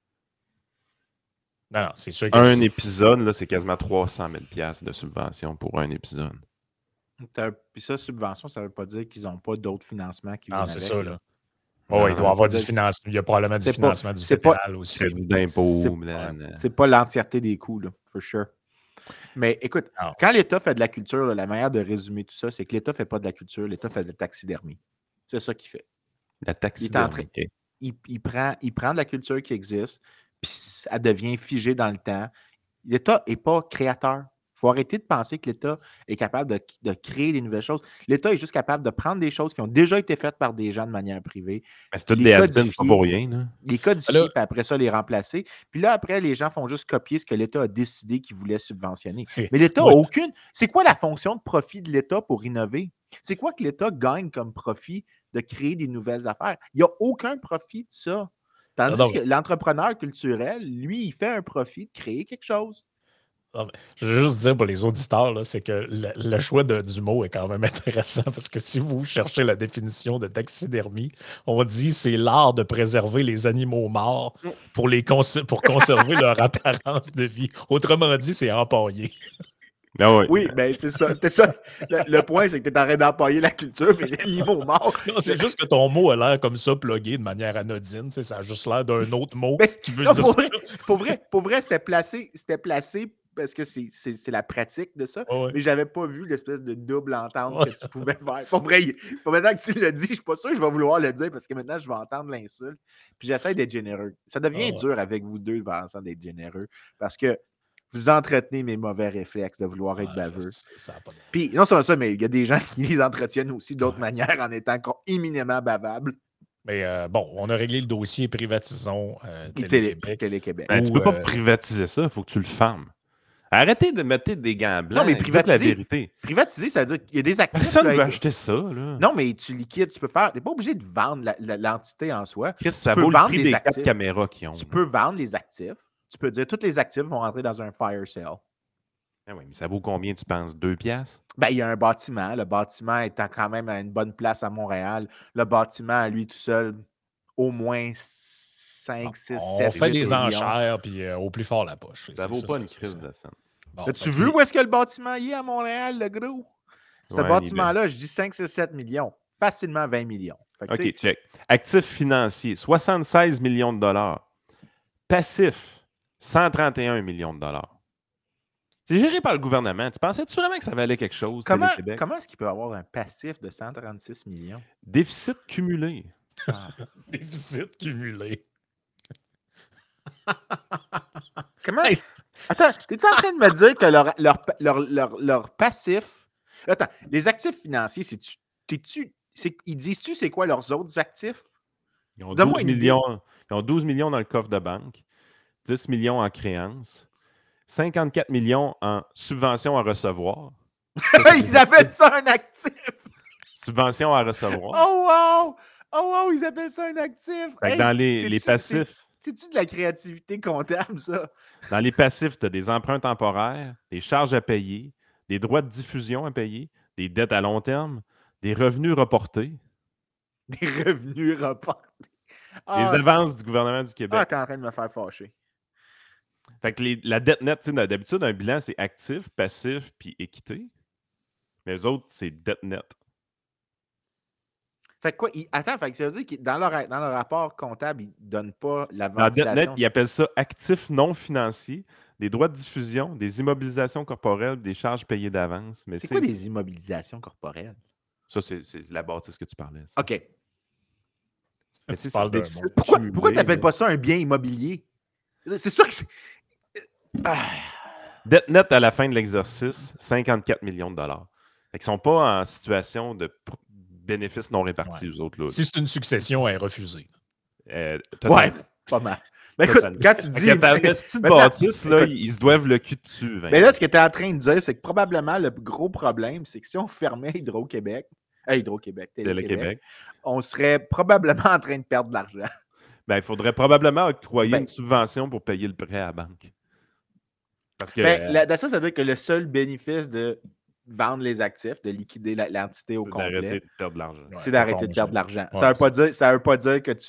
S3: Là. Non, c'est sûr que
S1: un épisode, là, c'est quasiment 300 000 $ de subvention pour un épisode.
S2: Puis ça, subvention, ça ne veut pas dire qu'ils n'ont pas d'autres financements qui viennent
S3: avec. C'est ça, là.
S1: Oh,
S3: il doit y avoir du financement. Il y a probablement du financement du fédéral aussi.
S1: Crédit d'impôt.
S2: C'est pas l'entièreté des coûts, là, for sure. Mais écoute, quand l'État fait de la culture, là, la manière de résumer tout ça, c'est que l'État ne fait pas de la culture, l'État fait de la taxidermie. C'est ça qu'il fait.
S1: La taxidermie.
S2: Il prend de la culture qui existe, puis elle devient figée dans le temps. L'État n'est pas créateur. Il faut arrêter de penser que l'État est capable de créer des nouvelles choses. L'État est juste capable de prendre des choses qui ont déjà été faites par des gens de manière privée.
S1: Mais c'est tout des has-beens, pas pour rien. Là.
S2: Les codifier, puis après ça, les remplacer. Puis là, après, les gens font juste copier ce que l'État a décidé qu'il voulait subventionner. Mais l'État n'a aucune... C'est quoi la fonction de profit de l'État pour innover? C'est quoi que l'État gagne comme profit de créer des nouvelles affaires? Il n'y a aucun profit de ça. Tandis que l'entrepreneur culturel, lui, il fait un profit de créer quelque chose.
S3: Je veux juste dire pour les auditeurs, là, c'est que le choix du mot est quand même intéressant parce que si vous cherchez la définition de taxidermie, on dit c'est l'art de préserver les animaux morts pour conserver leur apparence de vie. Autrement dit, c'est empailler.
S2: Oui, bien c'est ça. C'était ça. Le point, c'est que tu es en train d'empailler la culture, mais les animaux morts.
S3: Non, c'est juste que ton mot a l'air comme ça, plugué de manière anodine. Ça a juste l'air d'un autre mot qui veut dire
S2: ça. Pour vrai, c'était placé parce que c'est la pratique de ça.
S3: Ouais.
S2: Mais j'avais pas vu l'espèce de double entente que tu pouvais faire. Pour vrai, maintenant que tu l'as dit, je suis pas sûr que je vais vouloir le dire parce que maintenant, je vais entendre l'insulte. Puis j'essaie d'être généreux. Ça devient dur avec vous deux, Vincent, d'être généreux. Parce que vous entretenez mes mauvais réflexes de vouloir être baveux. Puis non seulement ça, mais il y a des gens qui les entretiennent aussi d'autres manières en étant éminemment bavables.
S3: Mais bon, on a réglé le dossier, privatisons
S2: Télé-Québec.
S1: Tu peux pas privatiser ça, il faut que tu le fermes. Arrêtez de mettre des gants blancs.
S2: Non, mais
S1: dites la vérité.
S2: Privatiser, ça veut dire qu'il y a des actifs.
S1: Personne ne veut acheter ça. Là.
S2: Non, mais tu liquides, tu peux faire. Tu n'es pas obligé de vendre l'entité en soi.
S1: Chris, ça vaut le prix des 4 caméras qu'ils ont.
S2: Tu peux vendre les actifs. Tu peux dire tous les actifs vont rentrer dans un fire sale.
S1: Ah oui, mais ça vaut combien, tu penses? 2 piastres?
S2: Ben, il y a un bâtiment. Le bâtiment étant quand même à une bonne place à Montréal. Le bâtiment, à lui tout seul, au moins 5, 6, 7
S3: On fait des enchères, puis au plus fort la poche.
S1: Ça vaut pas une crise de scène.
S2: Bon, as-tu vu où est-ce que le bâtiment est à Montréal, le gros? Ce bâtiment-là, je dis 5, 6, 7 millions. Facilement 20 millions. Fait que,
S1: OK, check. Actifs financiers, 76 millions de dollars. Passifs, 131 millions de dollars. C'est géré par le gouvernement. Tu pensais-tu vraiment que ça valait quelque chose, Télé-Québec?
S2: Comment est-ce qu'il peut avoir un passif de 136 millions?
S1: Déficit cumulé.
S3: Déficit cumulé.
S2: Comment? Attends, t'es-tu en train de me dire que leur passif... Attends, les actifs financiers, ils disent-tu c'est quoi leurs autres actifs?
S1: Ils ont 12 millions, ils ont 12 millions dans le coffre de banque, 10 millions en créances, 54 millions en subventions à recevoir.
S2: Ils appellent ça un actif!
S1: Subventions à recevoir.
S2: Oh wow! Oh wow, ils appellent ça un actif!
S1: Hey, dans les passifs...
S2: C'est-tu de la créativité comptable, ça?
S1: Dans les passifs, tu as des emprunts temporaires, des charges à payer, des droits de diffusion à payer, des dettes à long terme, des revenus reportés.
S2: Des revenus reportés.
S1: Des avances du gouvernement du Québec.
S2: Ah, t'es en train de me faire fâcher.
S1: Fait que la dette nette, d'habitude, un bilan, c'est actif, passif, puis équité. Mais eux autres, c'est dette nette.
S2: Fait que quoi? Attends, fait que ça veut dire que dans leur rapport comptable, ils ne donnent pas la
S1: ventilation. Dans dette nette, ils appellent ça actifs non financiers, des droits de diffusion, des immobilisations corporelles, des charges payées d'avance.
S2: C'est quoi des immobilisations corporelles?
S1: Ça, c'est la bâtisse que tu parlais. Ça.
S2: OK.
S3: Mais tu parles
S2: pourquoi tu n'appelles pas ça un bien immobilier? C'est ça que c'est...
S1: Dette nette à la fin de l'exercice, 54 millions de dollars. Fait qu'ils ne sont pas en situation de bénéfices non répartis, eux autres. Là.
S3: Si c'est une succession, elle est refusée.
S2: Ouais, pas mal. Mais écoute, quand tu dis...
S1: petite bâtisse, là, ils se doivent le cul dessus.
S2: Mais là, ce que tu es en train de dire, c'est que probablement le gros problème, c'est que si on fermait Hydro-Québec, Télé-Québec, on serait probablement en train de perdre de l'argent.
S1: Ben, il faudrait probablement octroyer une subvention pour payer le prêt à la banque. Parce que...
S2: ça veut dire que le seul bénéfice de vendre les actifs, de liquider l'entité au complet,
S1: c'est d'arrêter de perdre de l'argent.
S2: C'est d'arrêter de perdre de l'argent. Ça ne veut pas dire que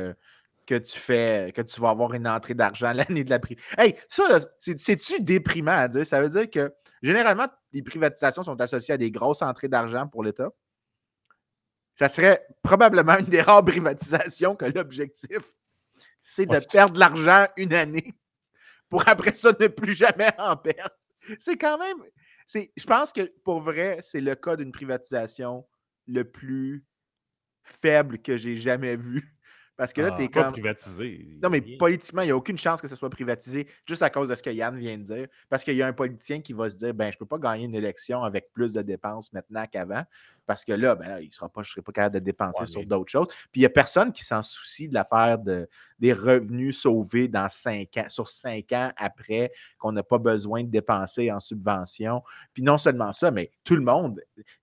S2: tu vas avoir une entrée d'argent l'année de la privatisation. Hey, ça, là, c'est-tu déprimant à dire? Ça veut dire que généralement, les privatisations sont associées à des grosses entrées d'argent pour l'État. Ça serait probablement une des rares privatisations que l'objectif, c'est de perdre de l'argent une année pour après ça ne plus jamais en perdre. C'est quand même... Je pense que pour vrai, c'est le cas d'une privatisation le plus faible que j'ai jamais vu. Parce que là, t'es
S1: pas privatisé.
S2: Non, mais politiquement, il n'y a aucune chance que ce soit privatisé juste à cause de ce que Yann vient de dire. Parce qu'il y a un politicien qui va se dire, je ne peux pas gagner une élection avec plus de dépenses maintenant qu'avant. Parce que là, je ne serai pas capable de dépenser sur d'autres choses. Puis il n'y a personne qui s'en soucie de l'affaire des revenus sauvés dans 5 ans, sur 5 ans après qu'on n'a pas besoin de dépenser en subvention. Puis non seulement ça, mais tout le monde,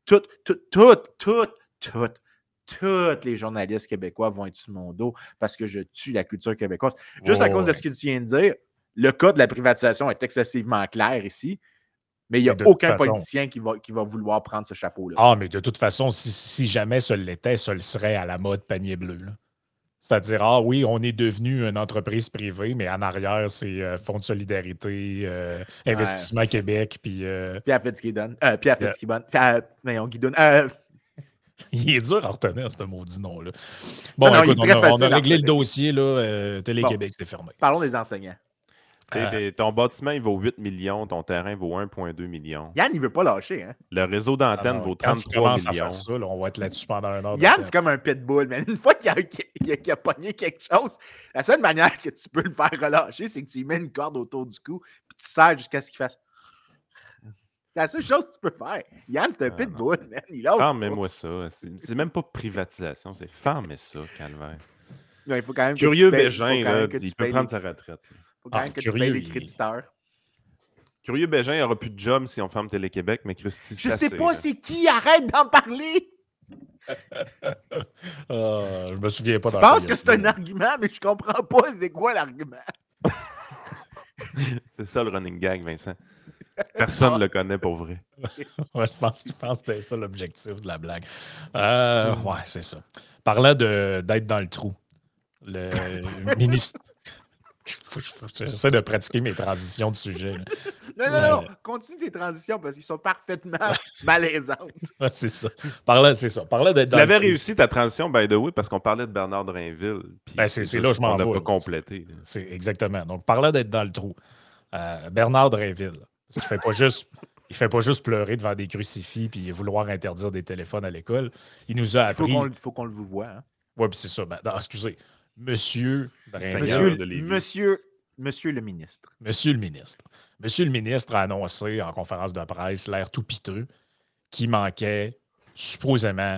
S2: tous les journalistes québécois vont être sur mon dos parce que je tue la culture québécoise. Juste à cause de ce que tu viens de dire, le cas de la privatisation est excessivement clair ici, mais il n'y a aucun politicien qui va vouloir prendre ce chapeau-là.
S3: Ah, mais de toute façon, si jamais ce l'était, ce le serait à la mode panier bleu. Là. C'est-à-dire, oui, on est devenu une entreprise privée, mais en arrière, c'est Fonds de solidarité, Investissement Québec, puis...
S2: Pierre Fitzgibbon. Guidon.
S3: Il est dur à retenir, ce maudit nom-là. Bon, écoute, on a réglé le dossier, là. Télé-Québec, c'est fermé.
S2: Parlons des enseignants.
S1: Ton bâtiment, il vaut 8 millions, ton terrain vaut 1,2 million.
S2: Yann, il veut pas lâcher. Hein?
S1: Le réseau d'antenne vaut 33 millions.
S3: À faire ça, là, on va être là-dessus pendant 1 heure.
S2: Yann, c'est comme un pitbull, mais une fois qu'il a pogné quelque chose, la seule manière que tu peux le faire relâcher, c'est que tu lui mets une corde autour du cou, puis tu serres jusqu'à ce qu'il fasse. C'est la seule chose que tu peux faire. Yann, c'est un pitbull, man.
S1: Fermez-moi ça. C'est même pas privatisation, c'est fermez ça, calvaire.
S2: Non, il faut quand même
S1: Curieux Bégin, là, il peut prendre sa retraite.
S2: Il faut quand même que tu payes les créditeurs.
S1: Curieux Bégin n'aura plus de job si on ferme Télé-Québec, mais Christy,
S2: je sais pas c'est qui, arrête d'en parler!
S3: Je me souviens pas.
S2: Tu penses que c'est un argument, mais je comprends pas c'est quoi l'argument.
S1: C'est ça le running gag, Vincent. Personne ne le connaît pour vrai.
S3: Ouais, je pense que c'était ça l'objectif de la blague. Ouais, c'est ça. Parlant d'être dans le trou, le ministre... J'essaie de pratiquer mes transitions de sujet. Là.
S2: Non. Continue tes transitions parce qu'ils sont parfaitement malaisantes.
S3: Ouais, c'est ça. Parlant d'être dans
S1: tu l'avais réussi ta transition, by the way, parce qu'on parlait de Bernard Drainville.
S3: C'est là que je m'en vais.
S1: On n'a pas complété.
S3: C'est exactement. Donc, parlant d'être dans le trou. Bernard Drainville. Parce qu'il ne fait pas juste pleurer devant des crucifix puis vouloir interdire des téléphones à l'école. Il nous a appris...
S2: Il faut qu'on le voit. Hein?
S3: Oui, puis c'est ça. Excusez. Monsieur
S2: le ministre.
S3: Monsieur le ministre a annoncé en conférence de presse, l'air tout piteux, qu'il manquait supposément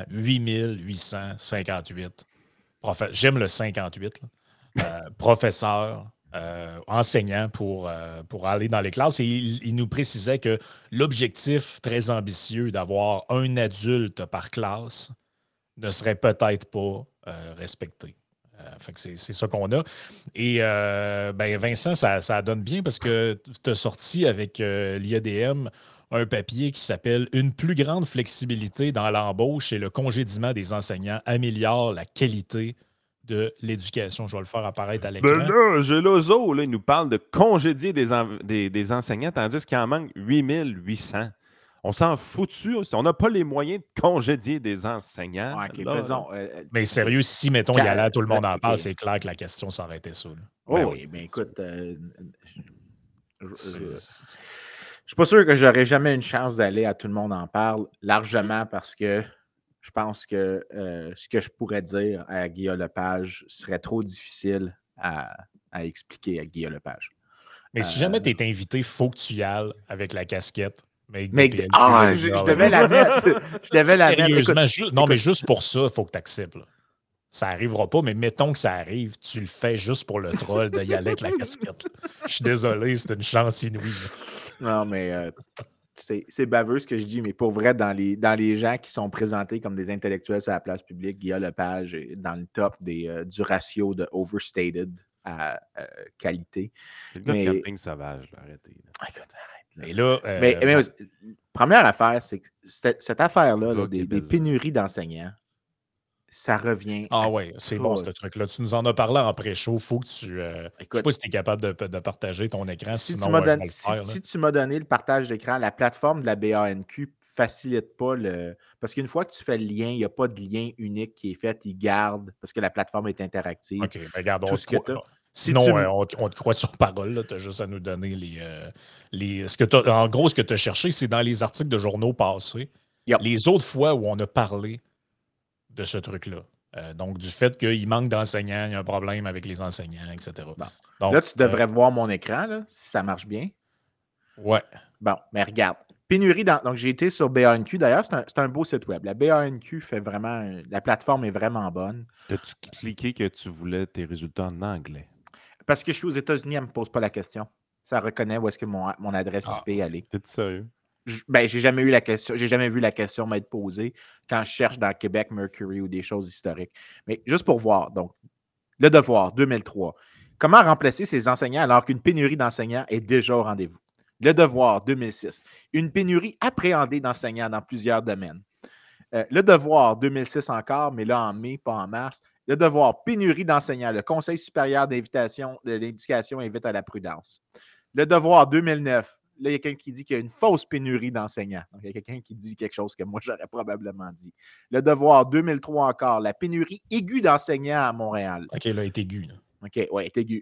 S3: 8858. J'aime le 58. Professeurs, enseignants pour aller dans les classes. Et il nous précisait que l'objectif très ambitieux d'avoir un adulte par classe ne serait peut-être pas respecté. Fait que c'est ça qu'on a. Et Vincent, ça donne bien parce que tu as sorti avec l'IADM un papier qui s'appelle « Une plus grande flexibilité dans l'embauche et le congédiement des enseignants améliore la qualité de l'éducation ». Je vais le faire apparaître à l'écran.
S1: Ben là, Gelozo, là, il nous parle de congédier des enseignants, tandis qu'il en manque 8800. On s'en fout dessus. On n'a pas les moyens de congédier des enseignants.
S2: Ouais, faisons,
S3: mais sérieux, si, mettons, il y allait, tout le monde en parle, c'est clair que la question s'arrêtait ça.
S2: Oui, mais écoute, je suis pas sûr que j'aurais jamais une chance d'aller à tout le monde en parle, largement parce que je pense que ce que je pourrais dire à Guillaume Lepage serait trop difficile à expliquer à Guillaume Lepage.
S3: Mais si jamais tu es invité, il faut que tu y ailles avec la casquette.
S2: Je devais la mettre.
S3: Sérieusement, non, mais juste pour ça, il faut que tu acceptes. Ça n'arrivera pas, mais mettons que ça arrive, tu le fais juste pour le troll d'y aller avec la casquette. Je suis désolé, c'est une chance inouïe.
S2: Non, mais c'est baveux ce que je dis, mais pour vrai, dans les gens qui sont présentés comme des intellectuels sur la place publique, Guillaume Lepage est dans le top du ratio de overstated à qualité.
S1: C'est le gars de camping sauvage, là. Arrêtez. Là.
S2: Écoute, arrête.
S3: Mais là,
S2: mais première affaire, c'est que cette affaire-là, des pénuries d'enseignants, ça revient.
S3: Ah oui, c'est bon ce truc-là. Tu nous en as parlé en pré-show. Il faut que tu. Je ne sais pas si tu es capable de partager ton écran. Si
S2: tu m'as donné le partage d'écran, la plateforme de la BANQ ne facilite pas le. Parce qu'une fois que tu fais le lien, il n'y a pas de lien unique qui est fait. Il garde parce que la plateforme est interactive.
S3: OK, regarde, Sinon, on te croit sur parole. Tu as juste à nous donner en gros, ce que tu as cherché, c'est dans les articles de journaux passés. Yep. Les autres fois où on a parlé de ce truc-là. Donc, du fait qu'il manque d'enseignants, il y a un problème avec les enseignants, etc.
S2: Bon. Donc, là, tu devrais voir mon écran, là, si ça marche bien.
S3: Ouais.
S2: Bon, mais regarde. Pénurie Donc, j'ai été sur BANQ. D'ailleurs, c'est un beau site web. La BANQ fait vraiment... La plateforme est vraiment bonne.
S1: As-tu cliqué que tu voulais tes résultats en anglais?
S2: Parce que je suis aux États-Unis, elle ne me pose pas la question. Ça reconnaît où est-ce que mon adresse IP elle est.
S1: T'es sérieux?
S2: J'ai jamais eu la question. J'ai jamais vu la question m'être posée quand je cherche dans Québec Mercury ou des choses historiques. Mais juste pour voir. Donc, le devoir, 2003. Comment remplacer ces enseignants alors qu'une pénurie d'enseignants est déjà au rendez-vous? Le devoir, 2006. Une pénurie appréhendée d'enseignants dans plusieurs domaines. Le devoir, 2006 encore, mais là en mai, pas en mars. Le devoir, pénurie d'enseignants. Le Conseil supérieur de l'éducation invite à la prudence. Le devoir, 2009. Là, il y a quelqu'un qui dit qu'il y a une fausse pénurie d'enseignants. Donc, il y a quelqu'un qui dit quelque chose que moi, j'aurais probablement dit. Le devoir, 2003 encore. La pénurie aiguë d'enseignants à Montréal.
S3: OK, là, est aiguë.
S2: OK, ouais, est aiguë.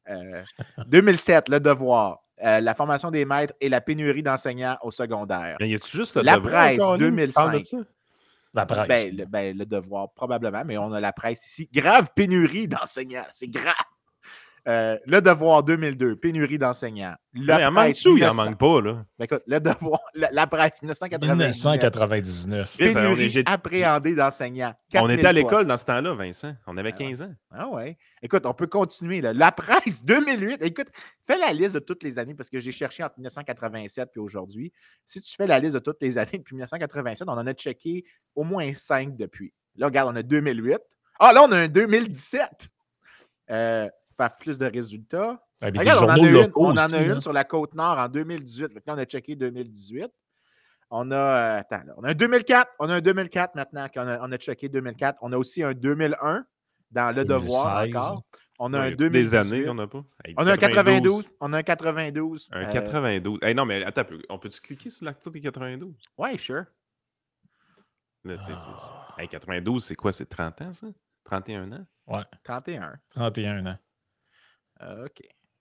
S2: 2007, le devoir. La formation des maîtres et la pénurie d'enseignants au secondaire.
S1: Mais y a-tu juste le
S2: La
S1: devoir
S2: presse,
S1: encore, lui, qui parle de
S2: 2005.
S1: ça?
S3: La presse.
S2: Le devoir, probablement, mais on a la presse ici. Grave pénurie d'enseignants. C'est grave. Le devoir 2002, pénurie d'enseignants.
S1: En manque-tu ou il en manque pas, là?
S2: Ben écoute, le devoir, la presse
S3: 1999.
S2: Pénurie appréhendée d'enseignants.
S1: On était à l'école
S2: postes.
S1: dans ce temps-là, Vincent. On avait 15 ans.
S2: Ah ouais. Écoute, on peut continuer. Là. La presse 2008. Écoute, fais la liste de toutes les années parce que j'ai cherché entre 1987 et aujourd'hui. Si tu fais la liste de toutes les années depuis 1987, on en a checké au moins 5 depuis. Là, regarde, on a 2008. Ah, là, on a un 2017. Faire plus de résultats. Regarde, on en a une sur la Côte-Nord en 2018. Là, on a checké 2018. On a, on a un 2004. On a un 2004 maintenant. On a checké 2004. On a aussi un 2001 dans le
S3: 2016.
S2: devoir encore. On a un 2018.
S1: Des années qu'on n'a pas.
S2: Hey, on a un 92. On a un 92.
S1: Un 92. Hey, non, mais attends, on peut-tu cliquer sur l'article des 92?
S2: Oui, sure.
S1: Là, 92, c'est quoi? C'est 30 ans, ça? 31 ans?
S3: Ouais.
S2: 31.
S3: 31 ans.
S2: OK.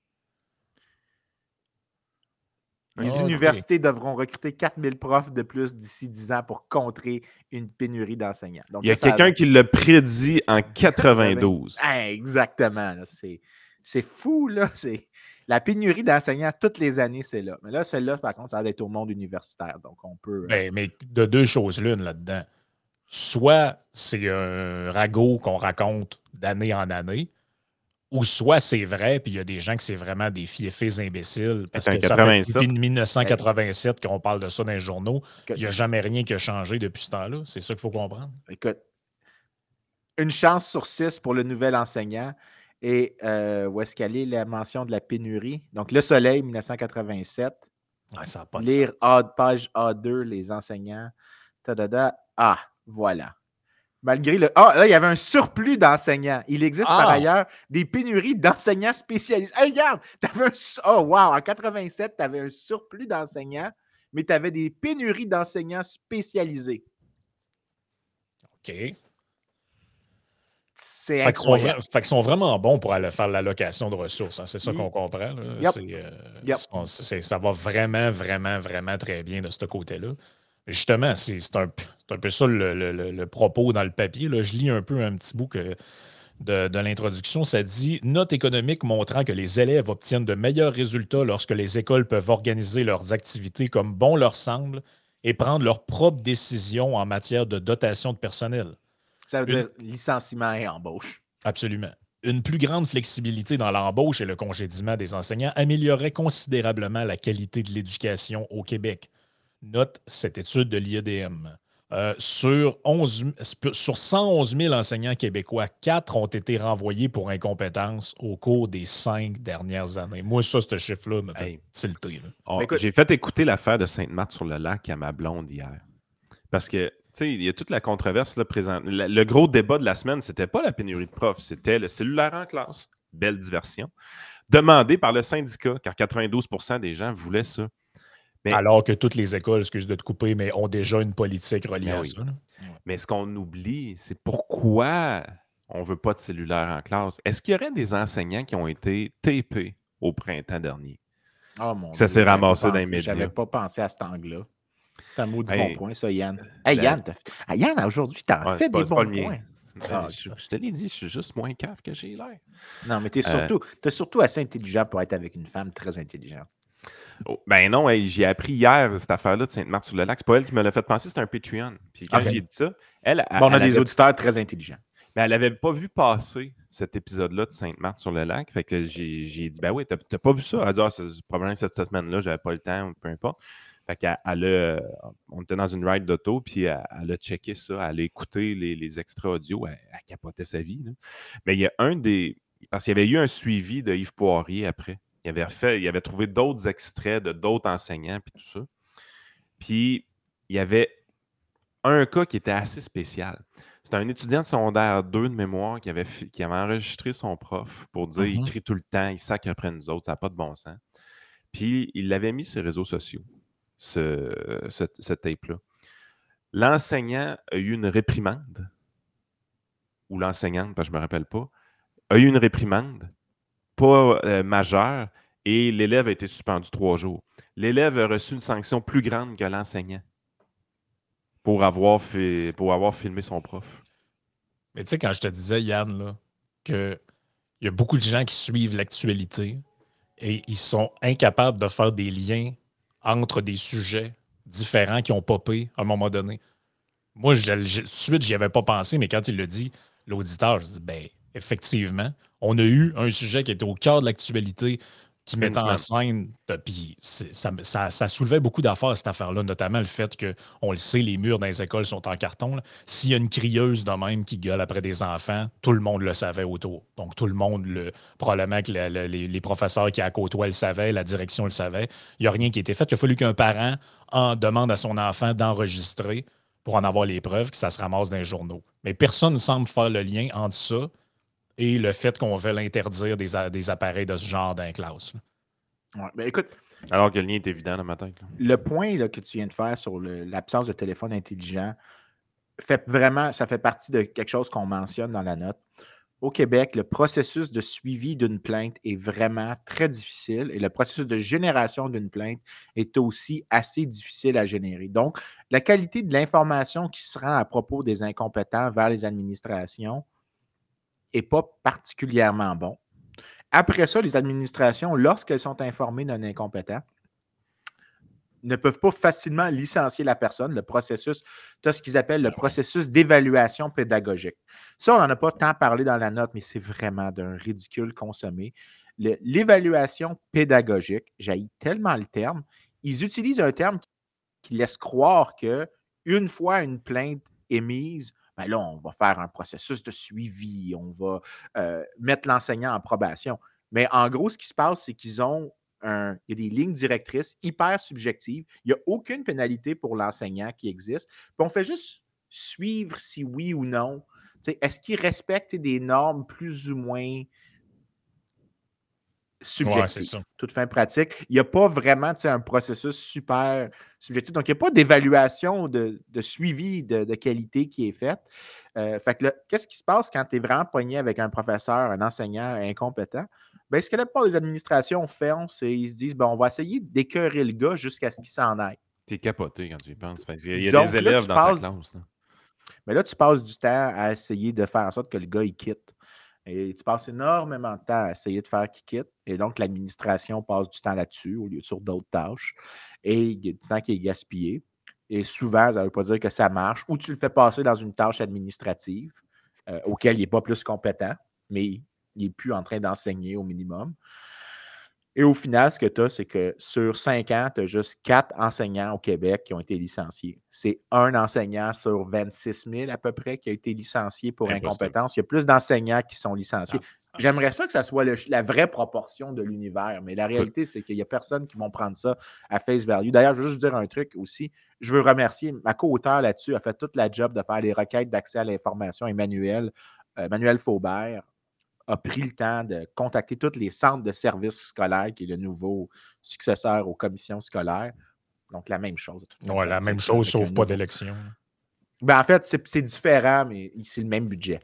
S2: Les universités devront recruter 4000 profs de plus d'ici 10 ans pour contrer une pénurie d'enseignants. Donc,
S1: il y a quelqu'un qui l'a prédit en 92.
S2: Exactement. Là, c'est fou, là. La pénurie d'enseignants, toutes les années, c'est là. Mais là, celle-là, par contre, ça va être au monde universitaire. Donc, on peut...
S3: Mais de deux choses l'une là-dedans. Soit c'est un ragot qu'on raconte d'année en année, ou soit c'est vrai, puis il y a des gens que c'est vraiment des fiefés imbéciles. Parce que ça fait depuis 1987 qu'on parle de ça dans les journaux. Il n'y a jamais rien qui a changé depuis ce temps-là. C'est ça qu'il faut comprendre.
S2: Écoute, une chance sur 6 pour le nouvel enseignant. Et où est-ce qu'elle est la mention de la pénurie? Donc, Le Soleil, 1987.
S3: Ouais, ça n'a pas de
S2: Lire
S3: sens.
S2: page A2, les enseignants. Tadada. Ah, voilà. Malgré le... Ah, là, il y avait un surplus d'enseignants. Il existe par ailleurs des pénuries d'enseignants spécialisés. Hey, regarde! Oh, wow! En 87, tu avais un surplus d'enseignants, mais tu avais des pénuries d'enseignants spécialisés.
S3: OK.
S2: C'est incroyable.
S3: Fait qu'ils sont vraiment bons pour aller faire l'allocation de ressources. Hein. C'est ça qu'on comprend. Là. Ça va vraiment, vraiment, vraiment très bien de ce côté-là. Justement, c'est un peu ça le propos dans le papier. Là. Je lis un peu un petit bout de l'introduction. Ça dit « Note économique montrant que les élèves obtiennent de meilleurs résultats lorsque les écoles peuvent organiser leurs activités comme bon leur semble et prendre leurs propres décisions en matière de dotation de personnel. »
S2: Ça veut dire licenciement et embauche.
S3: Absolument. Une plus grande flexibilité dans l'embauche et le congédiement des enseignants améliorerait considérablement la qualité de l'éducation au Québec. Note cette étude de l'IEDM. Sur 111 000 enseignants québécois, 4 ont été renvoyés pour incompétence au cours des 5 dernières années. Moi, ça, ce chiffre-là me fait tilter.
S1: J'ai fait écouter l'affaire de Sainte-Marthe-sur-le-Lac à ma blonde hier. Parce que, tu sais, il y a toute la controverse là, présente. Le gros débat de la semaine, c'était pas la pénurie de profs, c'était le cellulaire en classe. Belle diversion. Demandé par le syndicat, car 92% des gens voulaient ça.
S3: Mais, alors que toutes les écoles, excuse de te couper, mais ont déjà une politique reliée à ça. Là.
S1: Mais ce qu'on oublie, c'est pourquoi on ne veut pas de cellulaire en classe. Est-ce qu'il y aurait des enseignants qui ont été tapés au printemps dernier?
S2: Oh mon
S1: ça
S2: Dieu,
S1: s'est ramassé dans les médias.
S2: Je n'avais pas pensé à cet angle-là. C'est un mot du bon point, ça, Yann. Hey, Yann, aujourd'hui, tu as fait des bons points.
S1: Je te l'ai dit, je suis juste moins cave que j'ai l'air.
S2: Non, mais tu es surtout assez intelligent pour être avec une femme très intelligente.
S1: Oh, ben non, j'ai appris hier cette affaire-là de Sainte-Marthe-sur-le-Lac. C'est pas elle qui me l'a fait penser, c'est un Patreon. Puis quand j'ai dit ça,
S2: on a des auditeurs très intelligents.
S1: Mais elle n'avait pas vu passer cet épisode-là de Sainte-Marthe-sur-le-Lac. Fait que j'ai dit, ben oui, t'as pas vu ça? Elle a dit, c'est le problème cette semaine-là, j'avais pas le temps, peu importe. Fait on était dans une ride d'auto, puis elle a checké ça, elle a écouté les extraits audio, elle capotait sa vie. Là. Mais il y a parce qu'il y avait eu un suivi de Yves Poirier après. Il avait trouvé d'autres extraits de d'autres enseignants, puis tout ça. Puis, il y avait un cas qui était assez spécial. C'était un étudiant de secondaire 2 de mémoire qui avait enregistré son prof pour dire il crie tout le temps, il sacre après nous autres, ça n'a pas de bon sens. Puis, il l'avait mis sur les réseaux sociaux, ce tape-là. L'enseignant a eu une réprimande, ou l'enseignante, parce que je ne me rappelle pas, a eu une réprimande pas majeur et l'élève a été suspendu 3 jours. L'élève a reçu une sanction plus grande que l'enseignant pour avoir filmé son prof.
S3: Mais tu sais, quand je te disais, Yann, là, qu'il y a beaucoup de gens qui suivent l'actualité et ils sont incapables de faire des liens entre des sujets différents qui ont popé à un moment donné. Moi, tout de suite, j'y avais pas pensé, mais quand il l'a dit, l'auditeur, je dis, ben, effectivement, on a eu un sujet qui était au cœur de l'actualité, qui mettait en scène, puis ça soulevait beaucoup d'affaires, cette affaire-là, notamment le fait que, on le sait, les murs dans les écoles sont en carton. Là. S'il y a une crieuse de même qui gueule après des enfants, tout le monde le savait autour. Donc, tout le monde, probablement que les professeurs qui à côtoient le savaient, la direction le savait. Il n'y a rien qui a été fait. Il a fallu qu'un parent demande à son enfant d'enregistrer pour en avoir les preuves, que ça se ramasse dans les journaux. Mais personne ne semble faire le lien entre ça et le fait qu'on veut l'interdire des appareils de ce genre dans les classes.
S2: Ouais, ben écoute,
S1: alors que le lien est évident dans ma tête.
S2: Le point là, que tu viens de faire sur l'absence de téléphone intelligent, ça fait partie de quelque chose qu'on mentionne dans la note. Au Québec, le processus de suivi d'une plainte est vraiment très difficile et le processus de génération d'une plainte est aussi assez difficile à générer. Donc, la qualité de l'information qui se rend à propos des incompétents vers les administrations n'est pas particulièrement bon. Après ça, les administrations, lorsqu'elles sont informées d'un incompétent, ne peuvent pas facilement licencier la personne. Le processus, tu as ce qu'ils appellent le processus d'évaluation pédagogique. Ça, on n'en a pas tant parlé dans la note, mais c'est vraiment d'un ridicule consommé. L'évaluation pédagogique, j'haïs tellement le terme, ils utilisent un terme qui laisse croire qu'une fois une plainte émise, ben là, on va faire un processus de suivi, on va mettre l'enseignant en probation. Mais en gros, ce qui se passe, c'est qu'ils ont il y a des lignes directrices hyper subjectives. Il n'y a aucune pénalité pour l'enseignant qui existe. Puis on fait juste suivre si oui ou non. Est-ce qu'ils respectent des normes plus ou moins subjectives?
S3: Ouais,
S2: toute fin pratique. Il n'y a pas vraiment un processus super subjectif. Donc, il n'y a pas d'évaluation de suivi de qualité qui est faite. Fait que qu'est-ce qui se passe quand tu es vraiment pogné avec un professeur, un enseignant incompétent? Ben, ce que la plupart des administrations font, c'est qu'ils se disent on va essayer d'écœurer le gars jusqu'à ce qu'il s'en aille.
S1: T'es capoté quand tu y penses. Il y a des élèves dans sa classe.
S2: Mais là, tu passes du temps à essayer de faire en sorte que le gars, il quitte. Et tu passes énormément de temps à essayer de faire qu'il quitte. Et donc, l'administration passe du temps là-dessus au lieu de sur d'autres tâches. Et il y a du temps qui est gaspillé. Et souvent, ça ne veut pas dire que ça marche. Ou tu le fais passer dans une tâche administrative auquel il n'est pas plus compétent, mais il n'est plus en train d'enseigner au minimum. Et au final, ce que tu as, c'est que sur 5 ans, tu as juste 4 enseignants au Québec qui ont été licenciés. C'est un enseignant sur 26 000 à peu près qui a été licencié pour incompétence. Il y a plus d'enseignants qui sont licenciés. J'aimerais ça que ça soit la vraie proportion de l'univers, mais la réalité, c'est qu'il n'y a personne qui va prendre ça à face value. D'ailleurs, je veux juste dire un truc aussi. Je veux remercier ma co-auteure là-dessus, a fait toute la job de faire les requêtes d'accès à l'information. Emmanuel Faubert a pris le temps de contacter tous les centres de services scolaires, qui est le nouveau successeur aux commissions scolaires. Donc, la même chose.
S3: Oui, la même chose, sauf pas d'élection.
S2: Ben, en fait, c'est différent, mais c'est le même budget.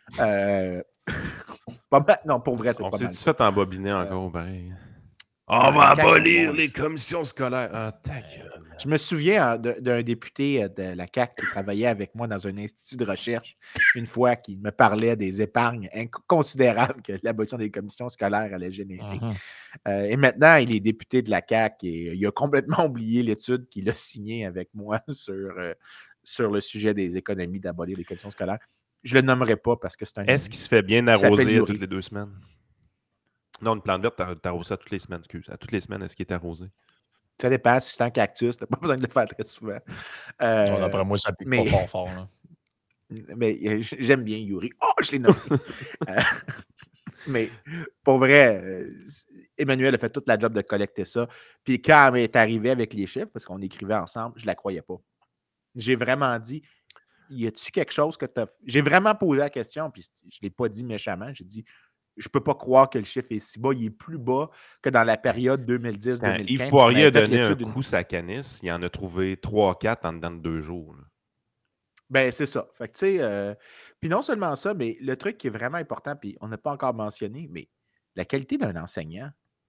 S2: Non, pour vrai, c'est pas mal.
S1: On s'est fait embobiner encore, pareil. On va abolir les commissions scolaires. Ah, ta gueule.
S2: Je me souviens d'un député de la CAQ qui travaillait avec moi dans un institut de recherche une fois qui me parlait des épargnes inconsidérables que l'abolition des commissions scolaires allait générer. Et maintenant, il est député de la CAQ et il a complètement oublié l'étude qu'il a signée avec moi sur le sujet des économies d'abolir les commissions scolaires. Je ne le nommerai pas parce que c'est un...
S1: Est-ce qu'il se fait bien arroser toutes les 2 semaines? Non, une plante verte, t'arroses ça toutes les semaines, excuse. À toutes les semaines, est-ce qu'il est arrosé?
S2: Ça dépend. Si c'est un cactus, t'as pas besoin de le faire très souvent.
S3: Non, d'après moi, ça pique pas fort. Là.
S2: Mais j'aime bien Yuri. Oh, je l'ai nommé! Mais pour vrai, Emmanuel a fait toute la job de collecter ça. Puis quand elle est arrivée avec les chiffres, parce qu'on écrivait ensemble, je ne la croyais pas. J'ai vraiment dit, y a-tu quelque chose que tu as... J'ai vraiment posé la question, puis je ne l'ai pas dit méchamment. J'ai dit, je ne peux pas croire que le chiffre est si bas. Il est plus bas que dans la période 2010-2015.
S1: Yves Poirier a donné un coup sa canisse. Il en a trouvé 3-4 en dedans de 2 jours. Là.
S2: Ben, c'est ça. Fait que, tu sais, puis non seulement ça, mais le truc qui est vraiment important, puis on n'a pas encore mentionné, mais la qualité d'un enseignant,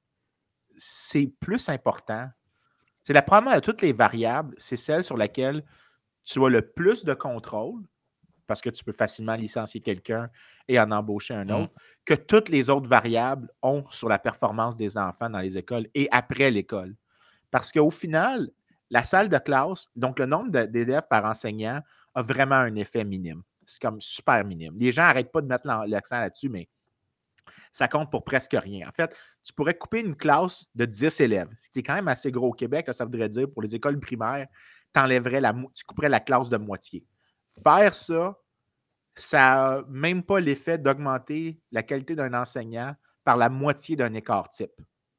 S2: c'est plus important. C'est la première de toutes les variables, c'est celle sur laquelle tu as le plus de contrôle, parce que tu peux facilement licencier quelqu'un et en embaucher un autre, que toutes les autres variables ont sur la performance des enfants dans les écoles et après l'école. Parce qu'au final, la salle de classe, donc le nombre d'élèves par enseignant, a vraiment un effet minime. C'est comme super minime. Les gens n'arrêtent pas de mettre l'accent là-dessus, mais ça compte pour presque rien. En fait, tu pourrais couper une classe de 10 élèves, ce qui est quand même assez gros au Québec. Là, ça voudrait dire pour les écoles primaires, tu couperais la classe de moitié. Faire ça, ça n'a même pas l'effet d'augmenter la qualité d'un enseignant par la moitié d'un écart type.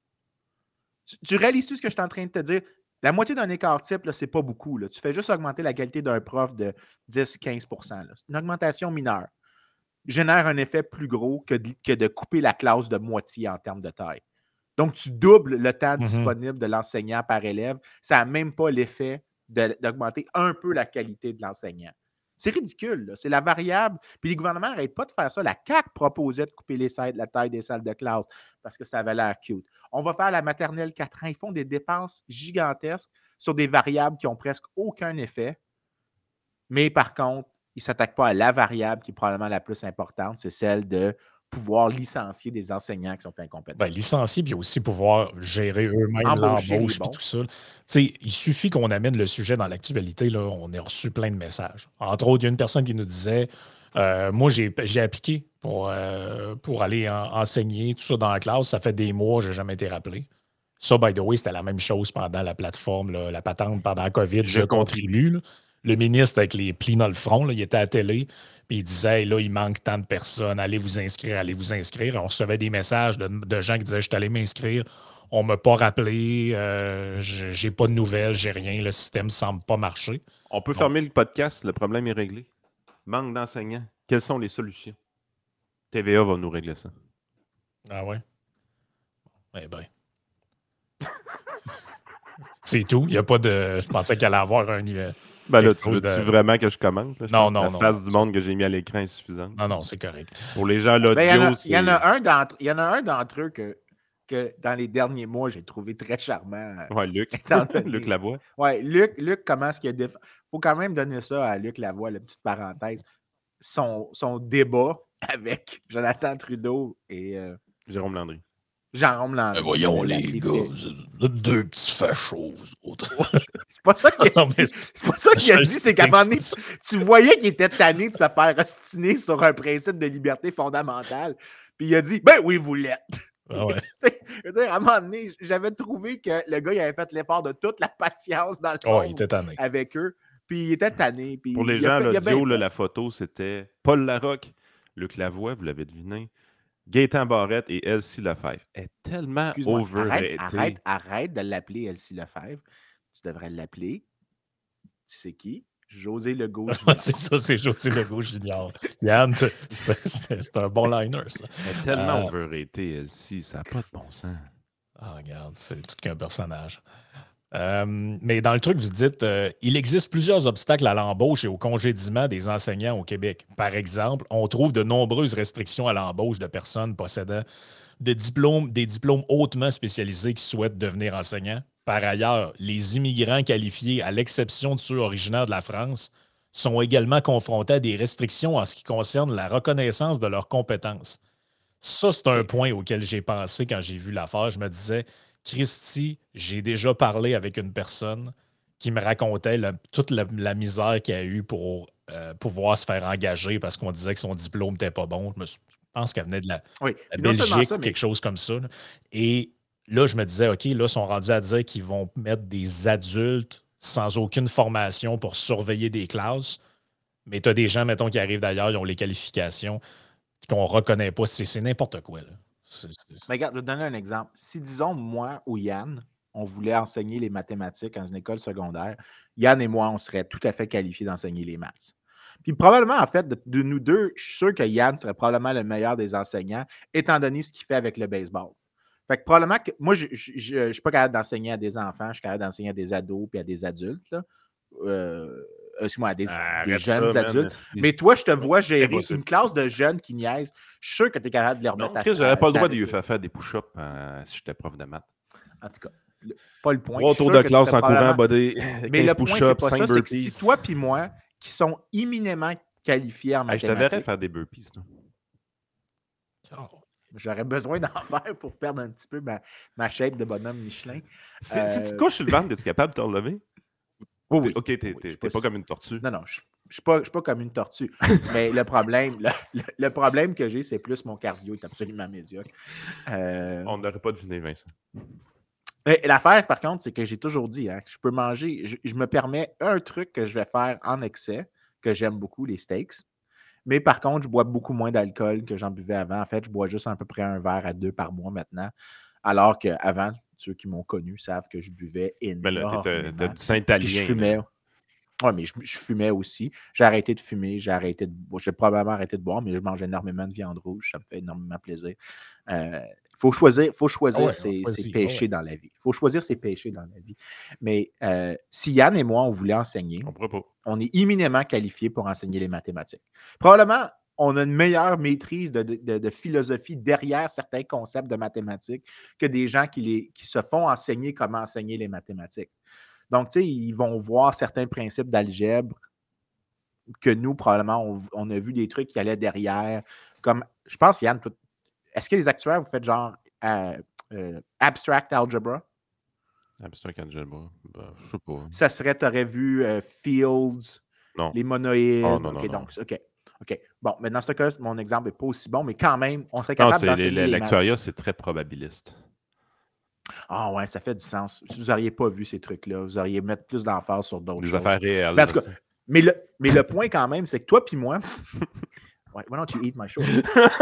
S2: Tu réalises-tu ce que je suis en train de te dire? La moitié d'un écart type, ce n'est pas beaucoup. Là. Tu fais juste augmenter la qualité d'un prof de 10-15 %. C'est une augmentation mineure. Génère un effet plus gros que de couper la classe de moitié en termes de taille. Donc, tu doubles le temps disponible de l'enseignant par élève. Ça n'a même pas l'effet d'augmenter un peu la qualité de l'enseignant. C'est ridicule, là. C'est la variable. Puis les gouvernements n'arrêtent pas de faire ça. La CAQ proposait de couper la taille des salles de classe parce que ça avait l'air cute. On va faire la maternelle 4 ans. Ils font des dépenses gigantesques sur des variables qui n'ont presque aucun effet. Mais par contre, ils ne s'attaquent pas à la variable qui est probablement la plus importante, c'est celle de pouvoir licencier des enseignants qui sont incompétents.
S3: Ben, licencier, puis aussi pouvoir gérer eux-mêmes l'embauche, puis tout ça. Il suffit qu'on amène le sujet dans l'actualité. Là, on a reçu plein de messages. Entre autres, il y a une personne qui nous disait moi, j'ai appliqué pour aller enseigner, tout ça dans la classe. Ça fait des mois, je n'ai jamais été rappelé. Ça, by the way, c'était la même chose pendant la plateforme, là, la patente pendant la COVID. Je contribue. Là. Le ministre, avec les plis dans le front, là, il était à la télé. Puis il disait, là, il manque tant de personnes, allez vous inscrire, allez vous inscrire. On recevait des messages de gens qui disaient, je suis allé m'inscrire, on ne m'a pas rappelé, j'ai pas de nouvelles, j'ai rien, le système ne semble pas marcher.
S1: On peut fermer le podcast, le problème est réglé. Manque d'enseignants. Quelles sont les solutions? TVA va nous régler ça.
S3: Ah ouais? Eh bien. C'est tout. Il n'y a pas de. Je pensais qu'il allait avoir un niveau.
S1: Ben là, tu veux-tu vraiment que je commente? Là?
S3: Non.
S1: La face du monde que j'ai mis à l'écran est suffisante.
S3: Non, c'est correct.
S1: Pour les gens, l'audio, c'est...
S2: Il y en a un d'entre eux que dans les derniers mois, j'ai trouvé très charmant.
S1: Ouais, Luc. Luc Lavoie.
S2: Ouais, Luc, comment est-ce qu'il a... faut quand même donner ça à Luc Lavoie, la petite parenthèse. Son débat avec Jonathan Trudeau et...
S1: Jérôme Landry.
S2: Jérôme Landry.
S3: Voyons, les gars, vous êtes deux petits fachos, vous autres.
S2: C'est pas ça qu'il a dit. C'est pas ça qu'il a dit, c'est qu'à un moment donné, tu voyais qu'il était tanné de se faire ostiner sur un principe de liberté fondamentale. Puis il a dit, ben oui, vous l'êtes.
S3: Ah ouais.
S2: À un moment donné, j'avais trouvé que le gars, il avait fait l'effort de toute la patience dans le monde
S3: il était tanné.
S2: avec eux. Puis il était tanné. Puis
S1: pour les gens, l'audio, la photo, c'était Paul Larocque, Luc Lavoie, vous l'avez deviné, Gaétan Barrette et Elsie Lefebvre. Elle est tellement overrated.
S2: Arrête de l'appeler Elsie Lefebvre. Tu devrais l'appeler. Tu sais qui? José Legault Junior.
S3: C'est ça, c'est José Legault Junior. Yann, c'est un bon liner, ça.
S1: Elle est tellement overrated, Elsie. Ça n'a pas de bon sens.
S3: Ah, regarde, c'est tout qu'un personnage. Mais dans le truc, vous dites, il existe plusieurs obstacles à l'embauche et au congédiement des enseignants au Québec. Par exemple, on trouve de nombreuses restrictions à l'embauche de personnes possédant des diplômes hautement spécialisés qui souhaitent devenir enseignants. Par ailleurs, les immigrants qualifiés, à l'exception de ceux originaires de la France, sont également confrontés à des restrictions en ce qui concerne la reconnaissance de leurs compétences. Ça, c'est un point auquel j'ai pensé quand j'ai vu l'affaire. Je me disais, Christy, j'ai déjà parlé avec une personne qui me racontait toute la misère qu'il a eue pour pouvoir se faire engager parce qu'on disait que son diplôme n'était pas bon. Je pense qu'elle venait de la Belgique ou quelque chose comme ça. Là. Et là, je me disais, OK, là, ils sont rendus à dire qu'ils vont mettre des adultes sans aucune formation pour surveiller des classes. Mais tu as des gens, mettons, qui arrivent d'ailleurs, ils ont les qualifications qu'on ne reconnaît pas. C'est n'importe quoi. Là.
S2: Mais regarde, je vais te donner un exemple. Si, disons, moi ou Yann, on voulait enseigner les mathématiques dans une école secondaire, Yann et moi, on serait tout à fait qualifiés d'enseigner les maths. Puis probablement, en fait, de nous deux, je suis sûr que Yann serait probablement le meilleur des enseignants, étant donné ce qu'il fait avec le baseball. Fait que probablement que moi, je ne suis pas capable d'enseigner à des enfants, je suis capable d'enseigner à des ados puis à des adultes. Là. excuse-moi, des
S1: Arrête
S2: jeunes
S1: ça, man,
S2: adultes.
S1: esti.
S2: Mais toi, je te vois gérer
S1: Impossible.
S2: une classe de jeunes qui niaisent. Je suis sûr que tu es capable de les
S1: Non,
S2: remettre
S1: Chris, j'aurais pas le droit de lui
S2: t'arrêter.
S1: faire des push-ups si j'étais prof de maths.
S2: En tout cas, pas le point.
S1: 3
S2: Je suis
S1: tours
S2: sûr
S1: de
S2: que tu
S1: classe
S2: serais
S1: en courant,
S2: probablement-
S1: buddy,
S2: Mais le
S1: 15
S2: point, c'est
S1: push-ups,
S2: pas
S1: 5
S2: ça. C'est que si
S1: burpees.
S2: toi puis moi, qui sont imminemment qualifiés en
S1: Hey, je te verrais
S2: mathématiques,
S1: faire des burpees. Là.
S3: Oh.
S2: j'aurais besoin d'en faire pour perdre un petit peu ma shape de bonhomme Michelin.
S1: Si tu te couches sur le ventre, es-tu capable de te relever?
S2: Oui, oui.
S1: Ok, t'es pas comme une tortue.
S2: Non, je ne suis pas comme une tortue. Mais le problème que j'ai, c'est plus mon cardio est absolument médiocre.
S1: On n'aurait pas deviné, Vincent.
S2: L'affaire, par contre, c'est que j'ai toujours dit, hein, que je peux manger, je me permets un truc que je vais faire en excès, que j'aime beaucoup, les steaks. Mais par contre, je bois beaucoup moins d'alcool que j'en buvais avant. En fait, je bois juste à peu près 1 verre à 2 par mois maintenant. Alors qu'avant, ceux qui m'ont connu savent que je buvais
S1: Mais là,
S2: énormément.
S1: t'as du Saint-Italien.
S2: Puis je fumais. Oui, mais je fumais aussi. J'ai arrêté de fumer, j'ai probablement arrêté de boire, mais je mange énormément de viande rouge. Ça me fait énormément plaisir. Il faut choisir ses péchés dans la vie. Il faut choisir ses péchés dans la vie. Mais si Yann et moi, on voulait enseigner,
S1: On pourrait pas.
S2: on est imminemment qualifiés pour enseigner les mathématiques. Probablement, on a une meilleure maîtrise de philosophie derrière certains concepts de mathématiques que des gens qui se font enseigner comment enseigner les mathématiques. Donc, tu sais, ils vont voir certains principes d'algèbre que nous, probablement, on a vu des trucs qui allaient derrière. Comme, je pense, Yann, est-ce que les actuaires, vous faites genre abstract algebra?
S1: Abstract algebra? Ben, je sais pas.
S2: Ça serait, tu aurais vu fields,
S1: Non.
S2: les monoïdes.
S1: Oh, non,
S2: OK,
S1: non.
S2: donc, OK. Bon, mais dans ce cas, mon exemple n'est pas aussi bon, mais quand même, on serait capable d'enseigner les maths.
S1: L'actuariat, c'est très probabiliste.
S2: Ah ouais, ça fait du sens. Si vous n'auriez pas vu ces trucs-là, vous auriez mettre plus d'emphase sur d'autres choses.
S1: Des affaires réelles.
S2: Mais en tout cas, mais le point quand même, c'est que toi puis moi, why don't you eat my shorts?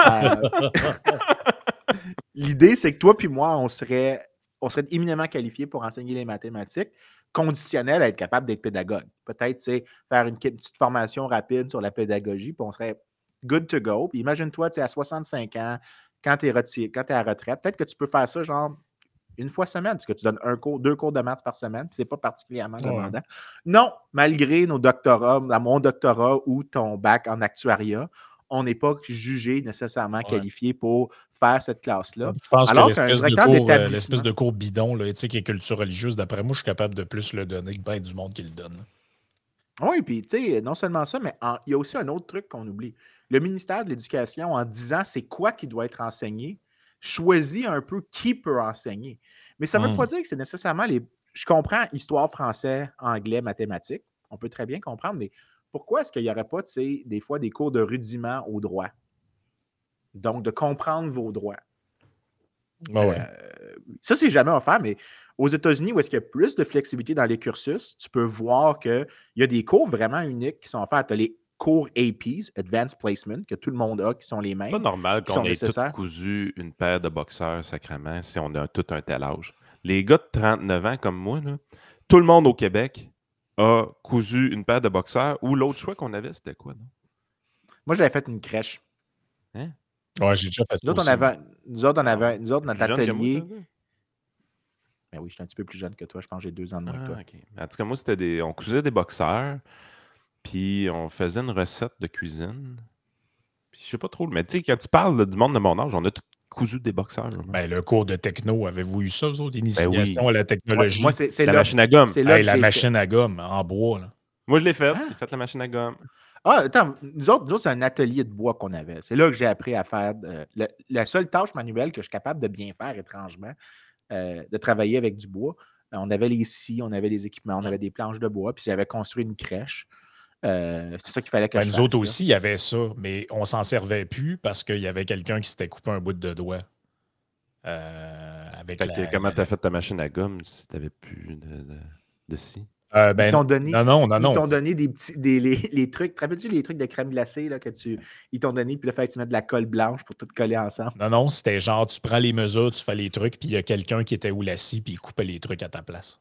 S2: L'idée, c'est que toi puis moi, on serait éminemment qualifiés pour enseigner les mathématiques, conditionnel à être capable d'être pédagogue. Peut-être, faire une petite formation rapide sur la pédagogie, puis on serait good to go. Puis imagine-toi, à 65 ans, quand tu es à la retraite, peut-être que tu peux faire ça genre une fois semaine, parce que tu donnes 2 cours de maths par semaine, puis c'est pas particulièrement demandant. Non, malgré nos doctorats, mon doctorat ou ton bac en actuariat, on n'est pas jugé nécessairement qualifié pour faire cette classe-là.
S3: Je pense
S2: alors
S3: que l'espèce de cours bidon, là, éthique et culture religieuse, d'après moi, je suis capable de plus le donner que bien du monde qui le donne.
S2: Oui, puis tu sais, non seulement ça, mais il y a aussi un autre truc qu'on oublie. Le ministère de l'Éducation, en disant c'est quoi qui doit être enseigné, choisit un peu qui peut enseigner. Mais ça ne veut pas dire que c'est nécessairement Je comprends histoire, français, anglais, mathématiques. On peut très bien comprendre, mais pourquoi est-ce qu'il n'y aurait pas, tu sais, des fois des cours de rudiment au droit? Donc, de comprendre vos droits. Ça, c'est jamais offert, mais aux États-Unis, où est-ce qu'il y a plus de flexibilité dans les cursus, tu peux voir qu'il y a des cours vraiment uniques qui sont offerts. Tu as les cours APs, Advanced Placement, que tout le monde a, qui sont les mêmes.
S1: C'est pas normal qu'on ait tous cousu une paire de boxeurs sacrément si on a tout un tel âge. Les gars de 39 ans comme moi, là, tout le monde au Québec a cousu une paire de boxeurs ou l'autre choix qu'on avait, c'était quoi? Non?
S2: Moi, j'avais fait une crèche.
S3: Hein? Ouais, j'ai déjà fait ça.
S2: Nous autres, notre atelier. Ben oui, je suis un petit peu plus jeune que toi. Je pense que j'ai 2 ans de moins que toi.
S1: Okay. En tout cas, moi, on cousait des boxeurs, puis on faisait une recette de cuisine. Puis je sais pas trop, mais tu sais, quand tu parles là, du monde de mon âge, on a tout cousu des boxeurs.
S3: Ben, le cours de techno, avez-vous eu ça, vous autres? Initiation à la technologie?
S2: Moi, c'est
S1: la machine à gomme.
S3: La machine à gomme, en bois. Là.
S1: Moi, je l'ai faite. J'ai fait la machine à gomme.
S2: Ah, attends, nous autres, c'est un atelier de bois qu'on avait. C'est là que j'ai appris à faire la seule tâche manuelle que je suis capable de bien faire, étrangement, de travailler avec du bois. On avait les scies, on avait les équipements, on avait des planches de bois, puis j'avais construit une crèche. C'est ça qu'il fallait que je fasse.
S3: Nous autres aussi, il y avait ça, mais on s'en servait plus parce qu'il y avait quelqu'un qui s'était coupé un bout de doigt.
S1: Comment tu as fait ta machine à gomme si tu n'avais plus de scie?
S2: Ils t'ont donné,
S3: non.
S2: Ils t'ont donné les trucs. Te rappelles-tu les trucs de crème glacée là, ils t'ont donné, puis le fait que tu mets de la colle blanche pour tout coller ensemble?
S3: Non, c'était genre, tu prends les mesures, tu fais les trucs, puis il y a quelqu'un qui était où la scie, puis il coupait les trucs à ta place.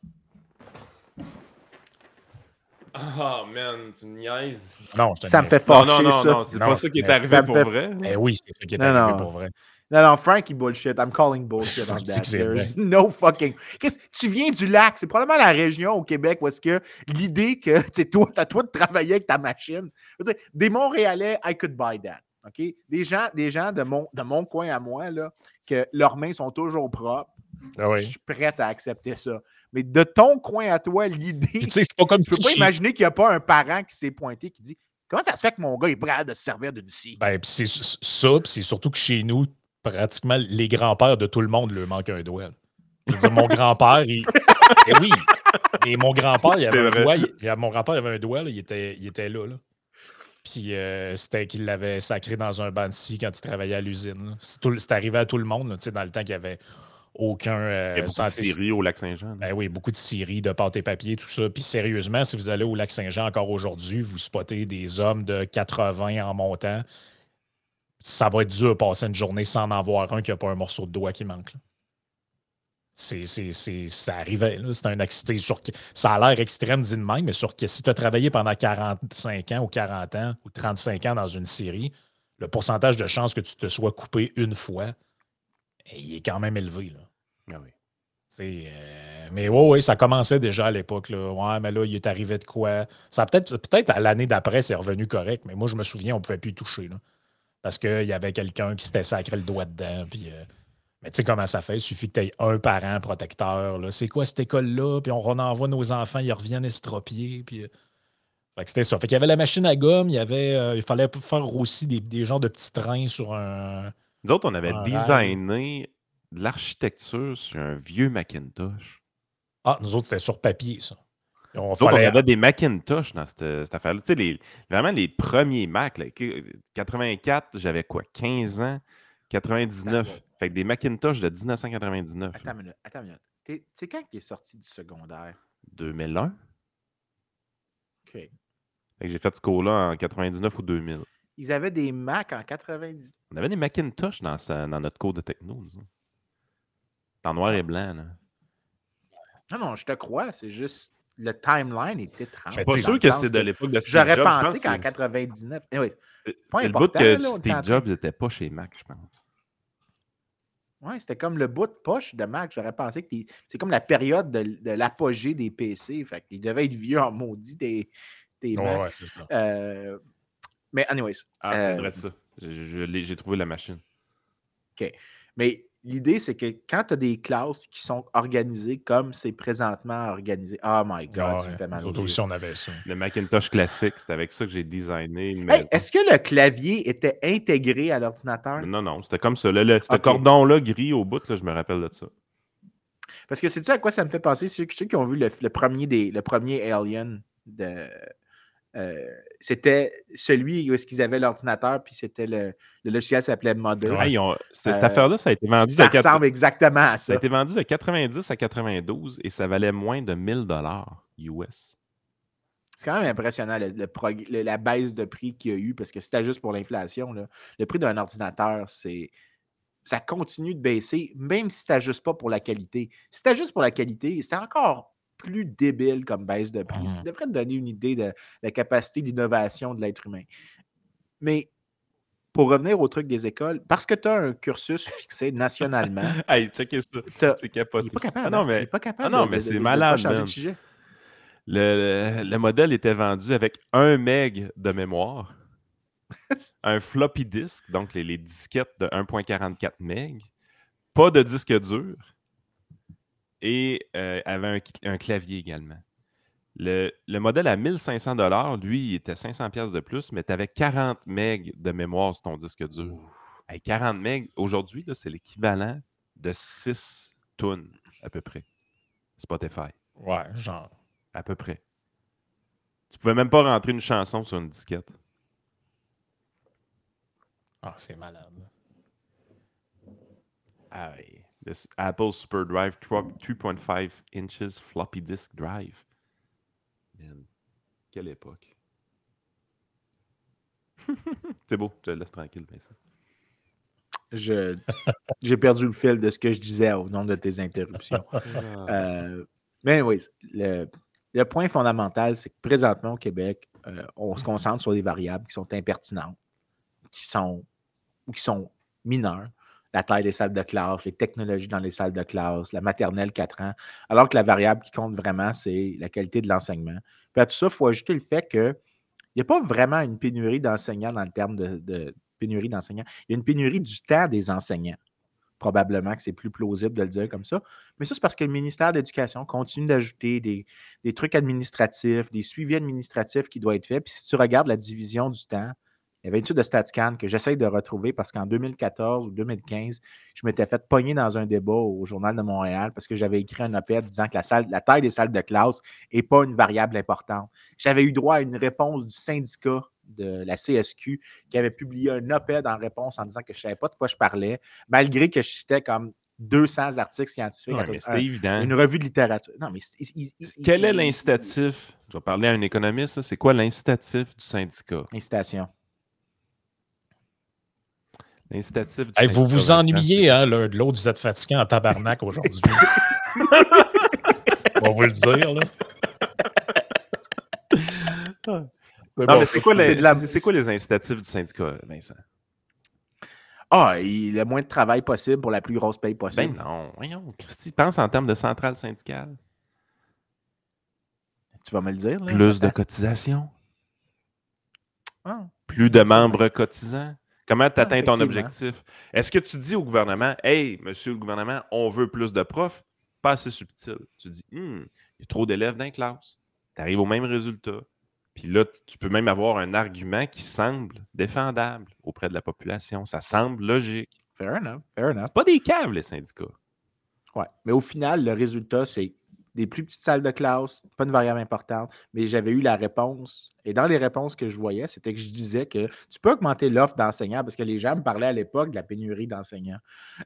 S1: Oh man, tu me niaises.
S3: Non, je te
S2: ça me fait fâcher.
S1: Non, c'est pas ça qui est arrivé pour vrai.
S3: Oui, c'est ça qui est arrivé pour vrai.
S2: Non, Frank, il bullshit. I'm calling bullshit on that. There's no fucking... Tu viens du lac. C'est probablement la région au Québec où est-ce que l'idée que t'as toi de travailler avec ta machine. Je veux dire, des Montréalais, I could buy that. OK? Des gens de mon coin à moi, là, que leurs mains sont toujours propres, je suis prêt à accepter ça. Mais de ton coin à toi, l'idée...
S3: Tu sais, c'est pas comme
S2: tu peux pas imaginer qu'il n'y a pas un parent qui s'est pointé qui dit « Comment ça se fait que mon gars est prêt de se servir d'une scie? »
S3: Ben, c'est ça, puis c'est surtout que chez nous, pratiquement, les grands-pères de tout le monde leur manquent un doigt. Je veux dire, mon grand-père, Eh oui, et mon grand-père, il avait un doigt. Mon grand-père avait un doigt, là, il était là. Puis c'était qu'il l'avait sacré dans un banc de scie quand il travaillait à l'usine. C'est arrivé à tout le monde, là, dans le temps qu'il n'y avait aucun...
S1: il y a beaucoup de scieries au Lac-Saint-Jean.
S3: Ben oui, beaucoup de scieries, de pâte et papier, tout ça. Puis sérieusement, si vous allez au Lac-Saint-Jean encore aujourd'hui, vous spottez des hommes de 80 en montant, ça va être dur de passer une journée sans en voir un qui n'a pas un morceau de doigt qui manque. Là. Ça arrivait. C'est un accident. Ça a l'air extrême dit de même, mais si tu as travaillé pendant 45 ans ou 40 ans ou 35 ans dans une scierie, le pourcentage de chances que tu te sois coupé une fois, il est quand même élevé. Là.
S1: Ah oui.
S3: Mais oui, ça commençait déjà à l'époque. Là. Ouais, mais là, il est arrivé de quoi? Ça peut-être à l'année d'après, c'est revenu correct, mais moi, je me souviens, on ne pouvait plus y toucher. Là, parce qu'il y avait quelqu'un qui s'était sacré le doigt dedans. Puis, mais tu sais comment ça fait? Il suffit que tu aies un parent protecteur. Là. C'est quoi cette école-là? Puis on envoie nos enfants, ils reviennent estropiés. Puis, fait que c'était ça. Fait qu'il y avait la machine à gomme, il fallait faire aussi des genres de petits trains sur un.
S1: Nous autres, on avait designé de l'architecture sur un vieux Macintosh.
S3: Ah, nous autres, c'était sur papier, ça.
S1: On avait des Macintosh dans cette affaire-là. Tu sais, vraiment les premiers Mac. Là, 84, j'avais quoi? 15 ans? 99. Fait que des Macintosh de 1999.
S2: Attends une minute. Tu sais quand il est sorti du secondaire?
S1: 2001.
S2: OK. Fait
S1: que j'ai fait ce cours-là en 99 ou 2000.
S2: Ils avaient des Mac en 90.
S1: On avait des Macintosh dans notre cours de techno, nous. En noir et blanc, là.
S2: Non, je te crois. C'est juste... Le timeline est étrange.
S1: Je suis pas sûr que c'est de l'époque de Steve
S2: Jobs.
S1: J'aurais
S2: pensé qu'en 99... Anyway,
S1: le bout que Steve Jobs n'était pas chez Mac, je pense.
S2: Oui, c'était comme le bout de poche de Mac. J'aurais pensé que c'est comme la période de l'apogée des PC. Fait qu'il devait être vieux en maudit des Mac.
S3: Ouais, c'est ça.
S2: Mais anyways.
S1: Ça devrait être ça. J'ai trouvé la machine.
S2: OK. Mais l'idée, c'est que quand tu as des classes qui sont organisées comme c'est présentement organisé, oh my God, ça me fait mal.
S3: Nous autres aussi, on avait ça.
S1: Le Macintosh classique, c'est avec ça que j'ai designé.
S2: Hey, est-ce que le clavier était intégré à l'ordinateur?
S1: Non, c'était comme ça. Ce cordon-là gris au bout, là, je me rappelle de ça.
S2: Parce que sais-tu à quoi ça me fait penser? Ceux qui ont vu le premier Alien c'était celui où est-ce qu'ils avaient l'ordinateur, puis c'était le logiciel s'appelait Model.
S1: Cette affaire-là, ça a été vendu
S2: ça ressemble exactement à ça.
S1: Ça a été vendu de 90 à 92 et ça valait moins de 1000 $ US.
S2: C'est quand même impressionnant la baisse de prix qu'il y a eu, parce que c'était juste pour l'inflation. Le prix d'un ordinateur, ça continue de baisser, même si tu n'ajustes pas pour la qualité. Si tu ajustes pour la qualité, c'est encore plus débile comme baisse de prix. Ça devrait te donner une idée de la capacité d'innovation de l'être humain. Mais pour revenir au truc des écoles, parce que tu as un cursus fixé nationalement...
S1: Hey, checkez ça. C'est capoté.
S2: Il n'est pas capable.
S1: Ah non, mais,
S2: il est pas capable
S1: mais c'est malade, man. Le modèle était vendu avec 1 meg de mémoire, un floppy disk, donc les disquettes de 1.44 meg, pas de disque dur, et avait un clavier également. Le modèle à 1500 $, lui, il était 500 $ de plus, mais tu avais 40 meg de mémoire sur ton disque dur. Hey, 40 meg, aujourd'hui, c'est l'équivalent de 6 tunes, à peu près. Spotify.
S3: Ouais, genre.
S1: À peu près. Tu pouvais même pas rentrer une chanson sur une disquette.
S3: Ah, c'est malade.
S1: Ah oui. Le Apple Super Drive 3.5 inches floppy disk drive. Man, quelle époque. C'est beau, je te laisse tranquille, Vincent.
S2: J'ai perdu le fil de ce que je disais au nom de tes interruptions. Mais anyways, le point fondamental, c'est que présentement au Québec, on se concentre sur des variables qui sont impertinentes, qui sont mineures. la taille des salles de classe, les technologies dans les salles de classe, la maternelle 4 ans, alors que la variable qui compte vraiment, c'est la qualité de l'enseignement. Puis à tout ça, il faut ajouter le fait qu'il n'y a pas vraiment une pénurie d'enseignants dans le terme de pénurie d'enseignants. Il y a une pénurie du temps des enseignants. Probablement que c'est plus plausible de le dire comme ça. Mais ça, c'est parce que le ministère de l'Éducation continue d'ajouter des trucs administratifs, des suivis administratifs qui doivent être faits. Puis si tu regardes la division du temps, il y avait une étude de StatCan que j'essaye de retrouver parce qu'en 2014 ou 2015, je m'étais fait pogner dans un débat au Journal de Montréal parce que j'avais écrit un op-ed disant que la taille des salles de classe n'est pas une variable importante. J'avais eu droit à une réponse du syndicat de la CSQ qui avait publié un op-ed en réponse en disant que je ne savais pas de quoi je parlais, malgré que je citais comme 200 articles scientifiques,
S1: Ouais, mais c'était évident.
S2: une revue de littérature. Non, mais
S1: quel est l'incitatif? Je vais parler à un économiste. C'est quoi l'incitatif du syndicat?
S2: Incitation.
S1: L'incitatif du
S3: Hey,
S1: syndicat.
S3: vous vous ennuyez l'un de l'autre, vous êtes fatigués en tabarnak aujourd'hui. On va vous le dire, là.
S1: Non, mais c'est quoi les incitatifs du syndicat, Vincent?
S2: Le moins de travail possible pour la plus grosse paye possible.
S1: Ben non, voyons, Christy, pense en termes de centrale syndicale.
S2: Tu vas me le dire, là?
S1: Plus de cotisations.
S2: Ah,
S1: plus de membres cotisants. Comment tu atteins ton
S2: effectivement.
S1: objectif? Est-ce que tu dis au gouvernement, « Hey, monsieur le gouvernement, on veut plus de profs? » Pas assez subtil. Tu dis, « Il y a trop d'élèves dans la classe. » Tu arrives au même résultat. Puis là, tu peux même avoir un argument qui semble défendable auprès de la population. Ça semble logique.
S2: Fair enough.
S1: C'est pas des caves, les syndicats.
S2: Ouais. Mais au final, le résultat, c'est des plus petites salles de classe, pas une variable importante, mais j'avais eu la réponse. Et dans les réponses que je voyais, c'était que je disais que tu peux augmenter l'offre d'enseignants parce que les gens me parlaient à l'époque de la pénurie d'enseignants.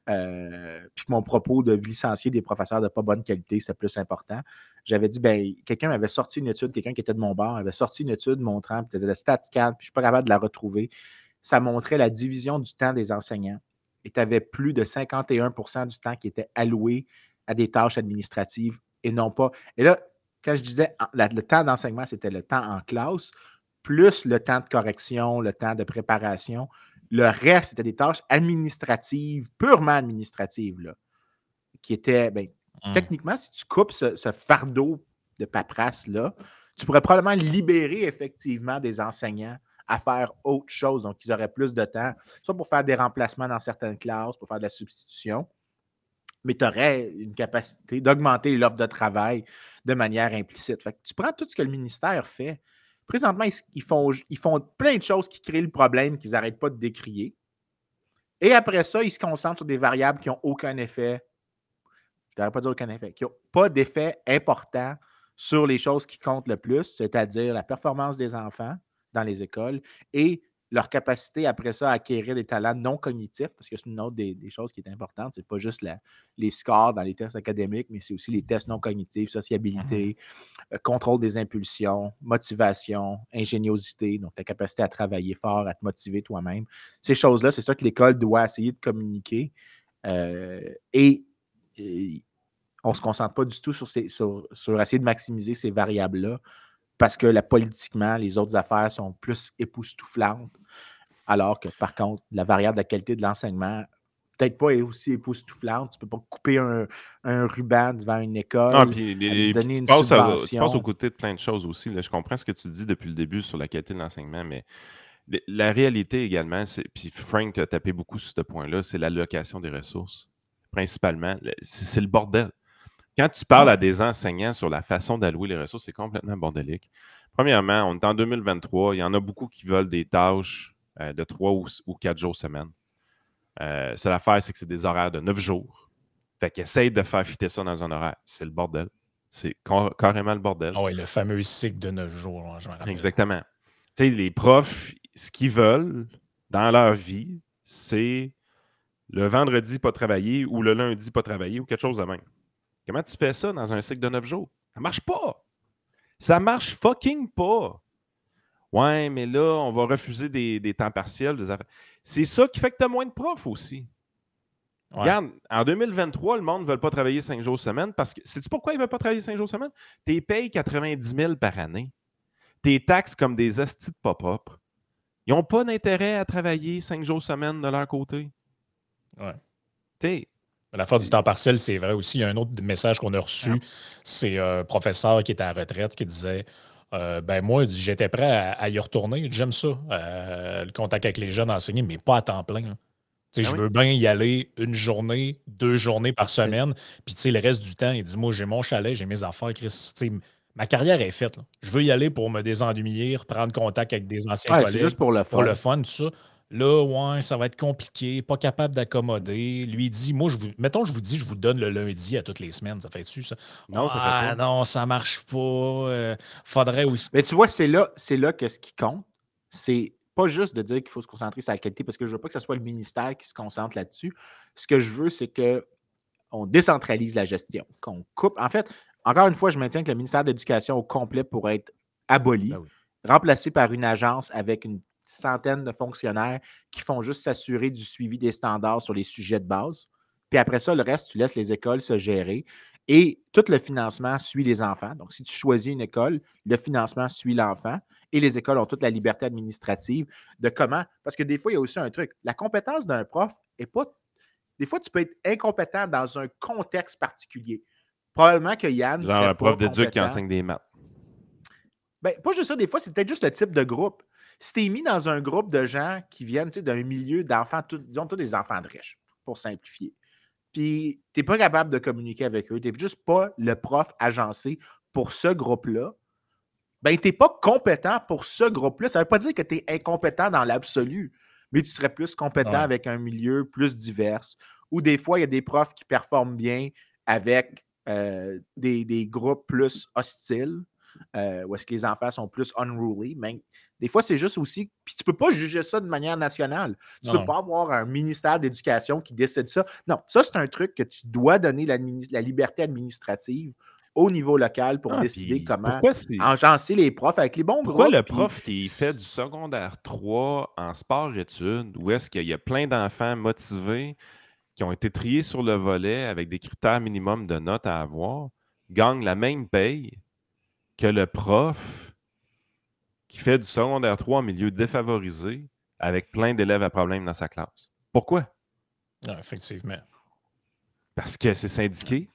S2: Puis que mon propos de licencier des professeurs de pas bonne qualité, c'était plus important. J'avais dit, quelqu'un m'avait sorti une étude, quelqu'un qui était de mon bord, avait sorti une étude montrant, puis c'était de StatCan, puis je ne suis pas capable de la retrouver. Ça montrait la division du temps des enseignants. Et tu avais plus de 51% du temps qui était alloué à des tâches administratives et non pas. Et là, quand je disais le temps d'enseignement, c'était le temps en classe, plus le temps de correction, le temps de préparation. Le reste, c'était des tâches administratives, purement administratives, là, qui étaient, techniquement, si tu coupes ce fardeau de paperasse-là, tu pourrais probablement libérer effectivement des enseignants à faire autre chose. Donc, ils auraient plus de temps, soit pour faire des remplacements dans certaines classes, pour faire de la substitution, mais tu aurais une capacité d'augmenter l'offre de travail de manière implicite. Fait que tu prends tout ce que le ministère fait. Présentement, ils font plein de choses qui créent le problème qu'ils n'arrêtent pas de décrier. Et après ça, ils se concentrent sur des variables qui n'ont aucun effet. Je ne devrais pas dire aucun effet, qui n'ont pas d'effet important sur les choses qui comptent le plus, c'est-à-dire la performance des enfants dans les écoles et leur capacité après ça à acquérir des talents non cognitifs, parce que c'est une autre des choses qui est importante. Ce n'est pas juste les scores dans les tests académiques, mais c'est aussi les tests non cognitifs, sociabilité, contrôle des impulsions, motivation, ingéniosité, donc ta capacité à travailler fort, à te motiver toi-même. Ces choses-là, c'est ça que l'école doit essayer de communiquer. Et on ne se concentre pas du tout sur essayer de maximiser ces variables-là parce que politiquement, les autres affaires sont plus époustouflantes, alors que, par contre, la variable de la qualité de l'enseignement, peut-être pas aussi époustouflante. Tu ne peux pas couper un ruban devant une école,
S1: non, puis
S2: donner une
S1: tu
S2: subvention.
S1: passes aux côtés de plein de choses aussi. Là. Je comprends ce que tu dis depuis le début sur la qualité de l'enseignement, mais la réalité également, puis Frank a tapé beaucoup sur ce point-là, c'est l'allocation des ressources. Principalement, c'est le bordel. Quand tu parles à des enseignants sur la façon d'allouer les ressources, c'est complètement bordélique. Premièrement, on est en 2023. Il y en a beaucoup qui veulent des tâches de 3 ou 4 jours semaine. Seule affaire, c'est que c'est des horaires de 9 jours. Fait qu'ils essayent de faire fitter ça dans un horaire. C'est le bordel. C'est carrément le bordel.
S3: Ah oui, le fameux cycle de 9 jours. Je me rappelle.
S1: Exactement. Tu sais, les profs, ce qu'ils veulent dans leur vie, c'est le vendredi pas travailler ou le lundi pas travailler ou quelque chose de même. Comment tu fais ça dans un cycle de 9 jours? Ça marche pas. Ça marche fucking pas. Ouais, mais là, on va refuser des temps partiels, des affaires. C'est ça qui fait que tu as moins de profs aussi. Ouais. Regarde, en 2023, le monde ne veut pas travailler 5 jours semaine parce que... Sais-tu pourquoi ils ne veulent pas travailler 5 jours semaine? Tu payes 90 000 par année. Tes taxes comme des hosties de pas propres. Ils n'ont pas d'intérêt à travailler 5 jours semaine de leur côté.
S3: Ouais. L'affaire du temps partiel, c'est vrai aussi. Il y a un autre message qu'on a reçu. C'est un professeur qui était à la retraite qui disait ben moi, j'étais prêt à y retourner. J'aime ça, le contact avec les jeunes, enseigner, mais pas à temps plein. Là. Je veux bien y aller 1 journée, 2 journées par semaine. Puis le reste du temps, il dit moi, j'ai mon chalet, j'ai mes affaires, Chris. Ma carrière est faite. Là. Je veux y aller pour me désennuyer, prendre contact avec des anciens collègues.
S2: C'est juste pour le
S3: fun, tout ça. Là, ouais, ça va être compliqué, pas capable d'accommoder. Lui, il dit, moi, mettons, je vous dis, je vous donne le lundi à toutes les semaines. Ça fait-tu, ça?
S1: Non, ça fait pas.
S3: Non, ça marche pas. Faudrait aussi.
S2: Mais tu vois, c'est là que ce qui compte, c'est pas juste de dire qu'il faut se concentrer sur la qualité, parce que je veux pas que ce soit le ministère qui se concentre là-dessus. Ce que je veux, c'est qu'on décentralise la gestion, qu'on coupe. En fait, encore une fois, je maintiens que le ministère de l'Éducation au complet pourrait être aboli, remplacé par une agence avec une centaine de fonctionnaires qui font juste s'assurer du suivi des standards sur les sujets de base. Puis après ça, le reste, tu laisses les écoles se gérer. Et tout le financement suit les enfants. Donc, si tu choisis une école, le financement suit l'enfant. Et les écoles ont toute la liberté administrative de comment. Parce que des fois, il y a aussi un truc. La compétence d'un prof n'est pas. Des fois, tu peux être incompétent dans un contexte particulier. Probablement que Yann.
S1: Genre un prof d'éduc qui enseigne des maths.
S2: Ben, pas juste ça, des fois, c'est peut-être juste le type de groupe. Si tu es mis dans un groupe de gens qui viennent d'un milieu d'enfants, disons tous des enfants de riches, pour simplifier, puis tu n'es pas capable de communiquer avec eux, tu n'es juste pas le prof agencé pour ce groupe-là, ben tu n'es pas compétent pour ce groupe-là. Ça ne veut pas dire que tu es incompétent dans l'absolu, mais tu serais plus compétent avec un milieu plus divers. Ou des fois, il y a des profs qui performent bien avec des groupes plus hostiles, où est-ce que les enfants sont plus unruly. Mais des fois, c'est juste aussi. Puis tu ne peux pas juger ça de manière nationale. Tu ne peux pas avoir un ministère d'éducation qui décide ça. Non, ça, c'est un truc que tu dois donner la liberté administrative au niveau local pour décider comment agencer les profs avec les bons groupes.
S1: Pourquoi le prof qui fait du secondaire 3 en sport-études, où est-ce qu'il y a plein d'enfants motivés qui ont été triés sur le volet avec des critères minimums de notes à avoir, gagne la même paye que le prof qui fait du secondaire 3 en milieu défavorisé avec plein d'élèves à problème dans sa classe? Pourquoi?
S3: Effectivement.
S1: Parce que c'est syndiqué.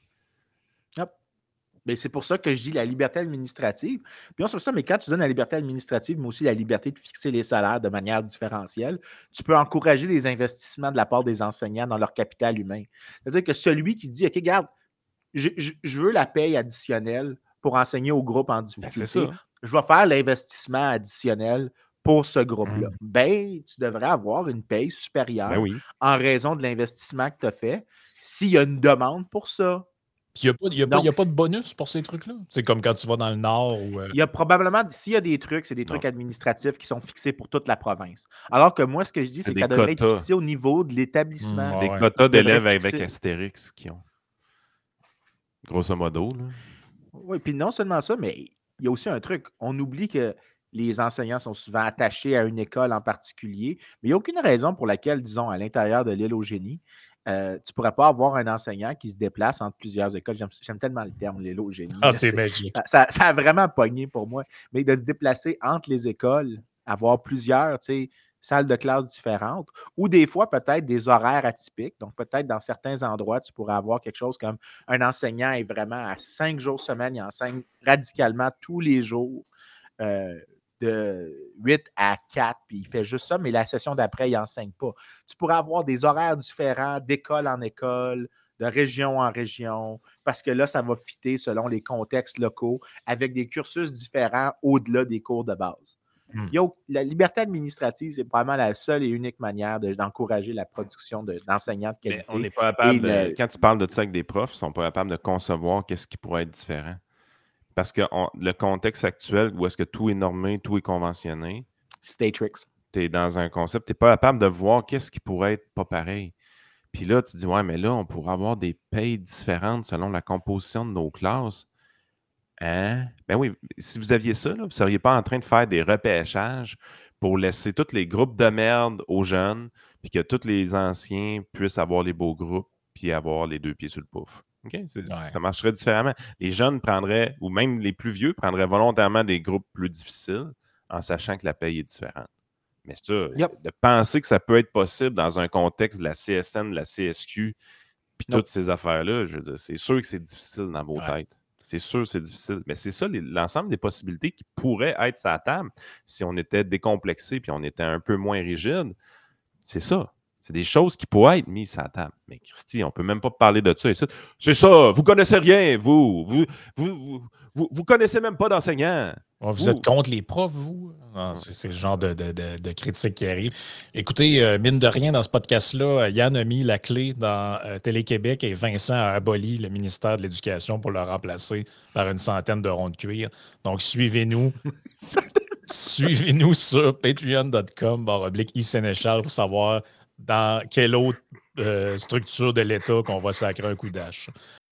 S2: Mais c'est pour ça que je dis la liberté administrative. Puis non, c'est ça, mais quand tu donnes la liberté administrative, mais aussi la liberté de fixer les salaires de manière différentielle, tu peux encourager des investissements de la part des enseignants dans leur capital humain. C'est-à-dire que celui qui dit, OK, regarde, je veux la paye additionnelle pour enseigner au groupe en difficulté. Je vais faire l'investissement additionnel pour ce groupe-là. Ben, tu devrais avoir une paye supérieure en raison de l'investissement que tu as fait s'il y a une demande pour ça.
S3: Puis il n'y a pas de bonus pour ces trucs-là? C'est comme quand tu vas dans le Nord.
S2: Il y a probablement, s'il y a des trucs, c'est des trucs administratifs qui sont fixés pour toute la province. Alors que moi, ce que je dis, c'est que ça devrait être fixé au niveau de l'établissement.
S1: Des quotas d'élèves avec Astérix qui ont. Grosso modo. Là.
S2: Oui, puis non seulement ça, mais il y a aussi un truc. On oublie que les enseignants sont souvent attachés à une école en particulier, mais il n'y a aucune raison pour laquelle, disons, à l'intérieur de l'île au génie, tu ne pourrais pas avoir un enseignant qui se déplace entre plusieurs écoles. J'aime tellement le terme, l'île au génie.
S3: C'est magique.
S2: Ça a vraiment pogné pour moi. Mais de se déplacer entre les écoles, avoir plusieurs salles de classe différentes, ou des fois, peut-être des horaires atypiques. Donc, peut-être dans certains endroits, tu pourrais avoir quelque chose comme un enseignant est vraiment à 5 jours semaine, il enseigne radicalement tous les jours. De 8 à 4, puis il fait juste ça, mais la session d'après, il n'enseigne pas. Tu pourrais avoir des horaires différents d'école en école, de région en région, parce que là, ça va fitter selon les contextes locaux avec des cursus différents au-delà des cours de base. La liberté administrative, c'est probablement la seule et unique manière d'encourager la production d'enseignants de qualité.
S1: Mais on n'est pas capable, quand tu parles de ça avec des profs, ils ne sont pas capables de concevoir qu'est-ce qui pourrait être différent. Parce que le contexte actuel où est-ce que tout est normé, tout est conventionné,
S2: Statrix.
S1: Tu es dans un concept, tu n'es pas capable de voir qu'est-ce qui pourrait être pas pareil. Puis là, tu te dis, ouais, mais là, on pourrait avoir des payes différentes selon la composition de nos classes. Hein? Ben oui, si vous aviez ça, là, vous ne seriez pas en train de faire des repêchages pour laisser tous les groupes de merde aux jeunes, puis que tous les anciens puissent avoir les beaux groupes, puis avoir les 2 pieds sur le pouf. Okay? Ça marcherait différemment. Les jeunes prendraient, ou même les plus vieux, prendraient volontairement des groupes plus difficiles en sachant que la paye est différente. Mais ça, de penser que ça peut être possible dans un contexte de la CSN, de la CSQ, puis toutes ces affaires-là, je veux dire, c'est sûr que c'est difficile dans vos têtes. C'est sûr que c'est difficile. Mais c'est ça, l'ensemble des possibilités qui pourraient être sur la table si on était décomplexé puis on était un peu moins rigide. C'est ça. C'est des choses qui pourraient être mises sur la table. Mais Christy, on ne peut même pas parler de ça ici. C'est ça, vous ne connaissez rien, vous connaissez même pas d'enseignants.
S3: Vous êtes contre les profs, vous? Non, c'est le genre de critique qui arrive. Écoutez, mine de rien, dans ce podcast-là, Yann a mis la clé dans Télé-Québec et Vincent a aboli le ministère de l'Éducation pour le remplacer par une centaine de ronds de cuir. Donc, suivez-nous. Suivez-nous sur patreon.com/iSénéchal pour savoir dans quelle autre structure de l'État qu'on va sacrer un coup d'âge.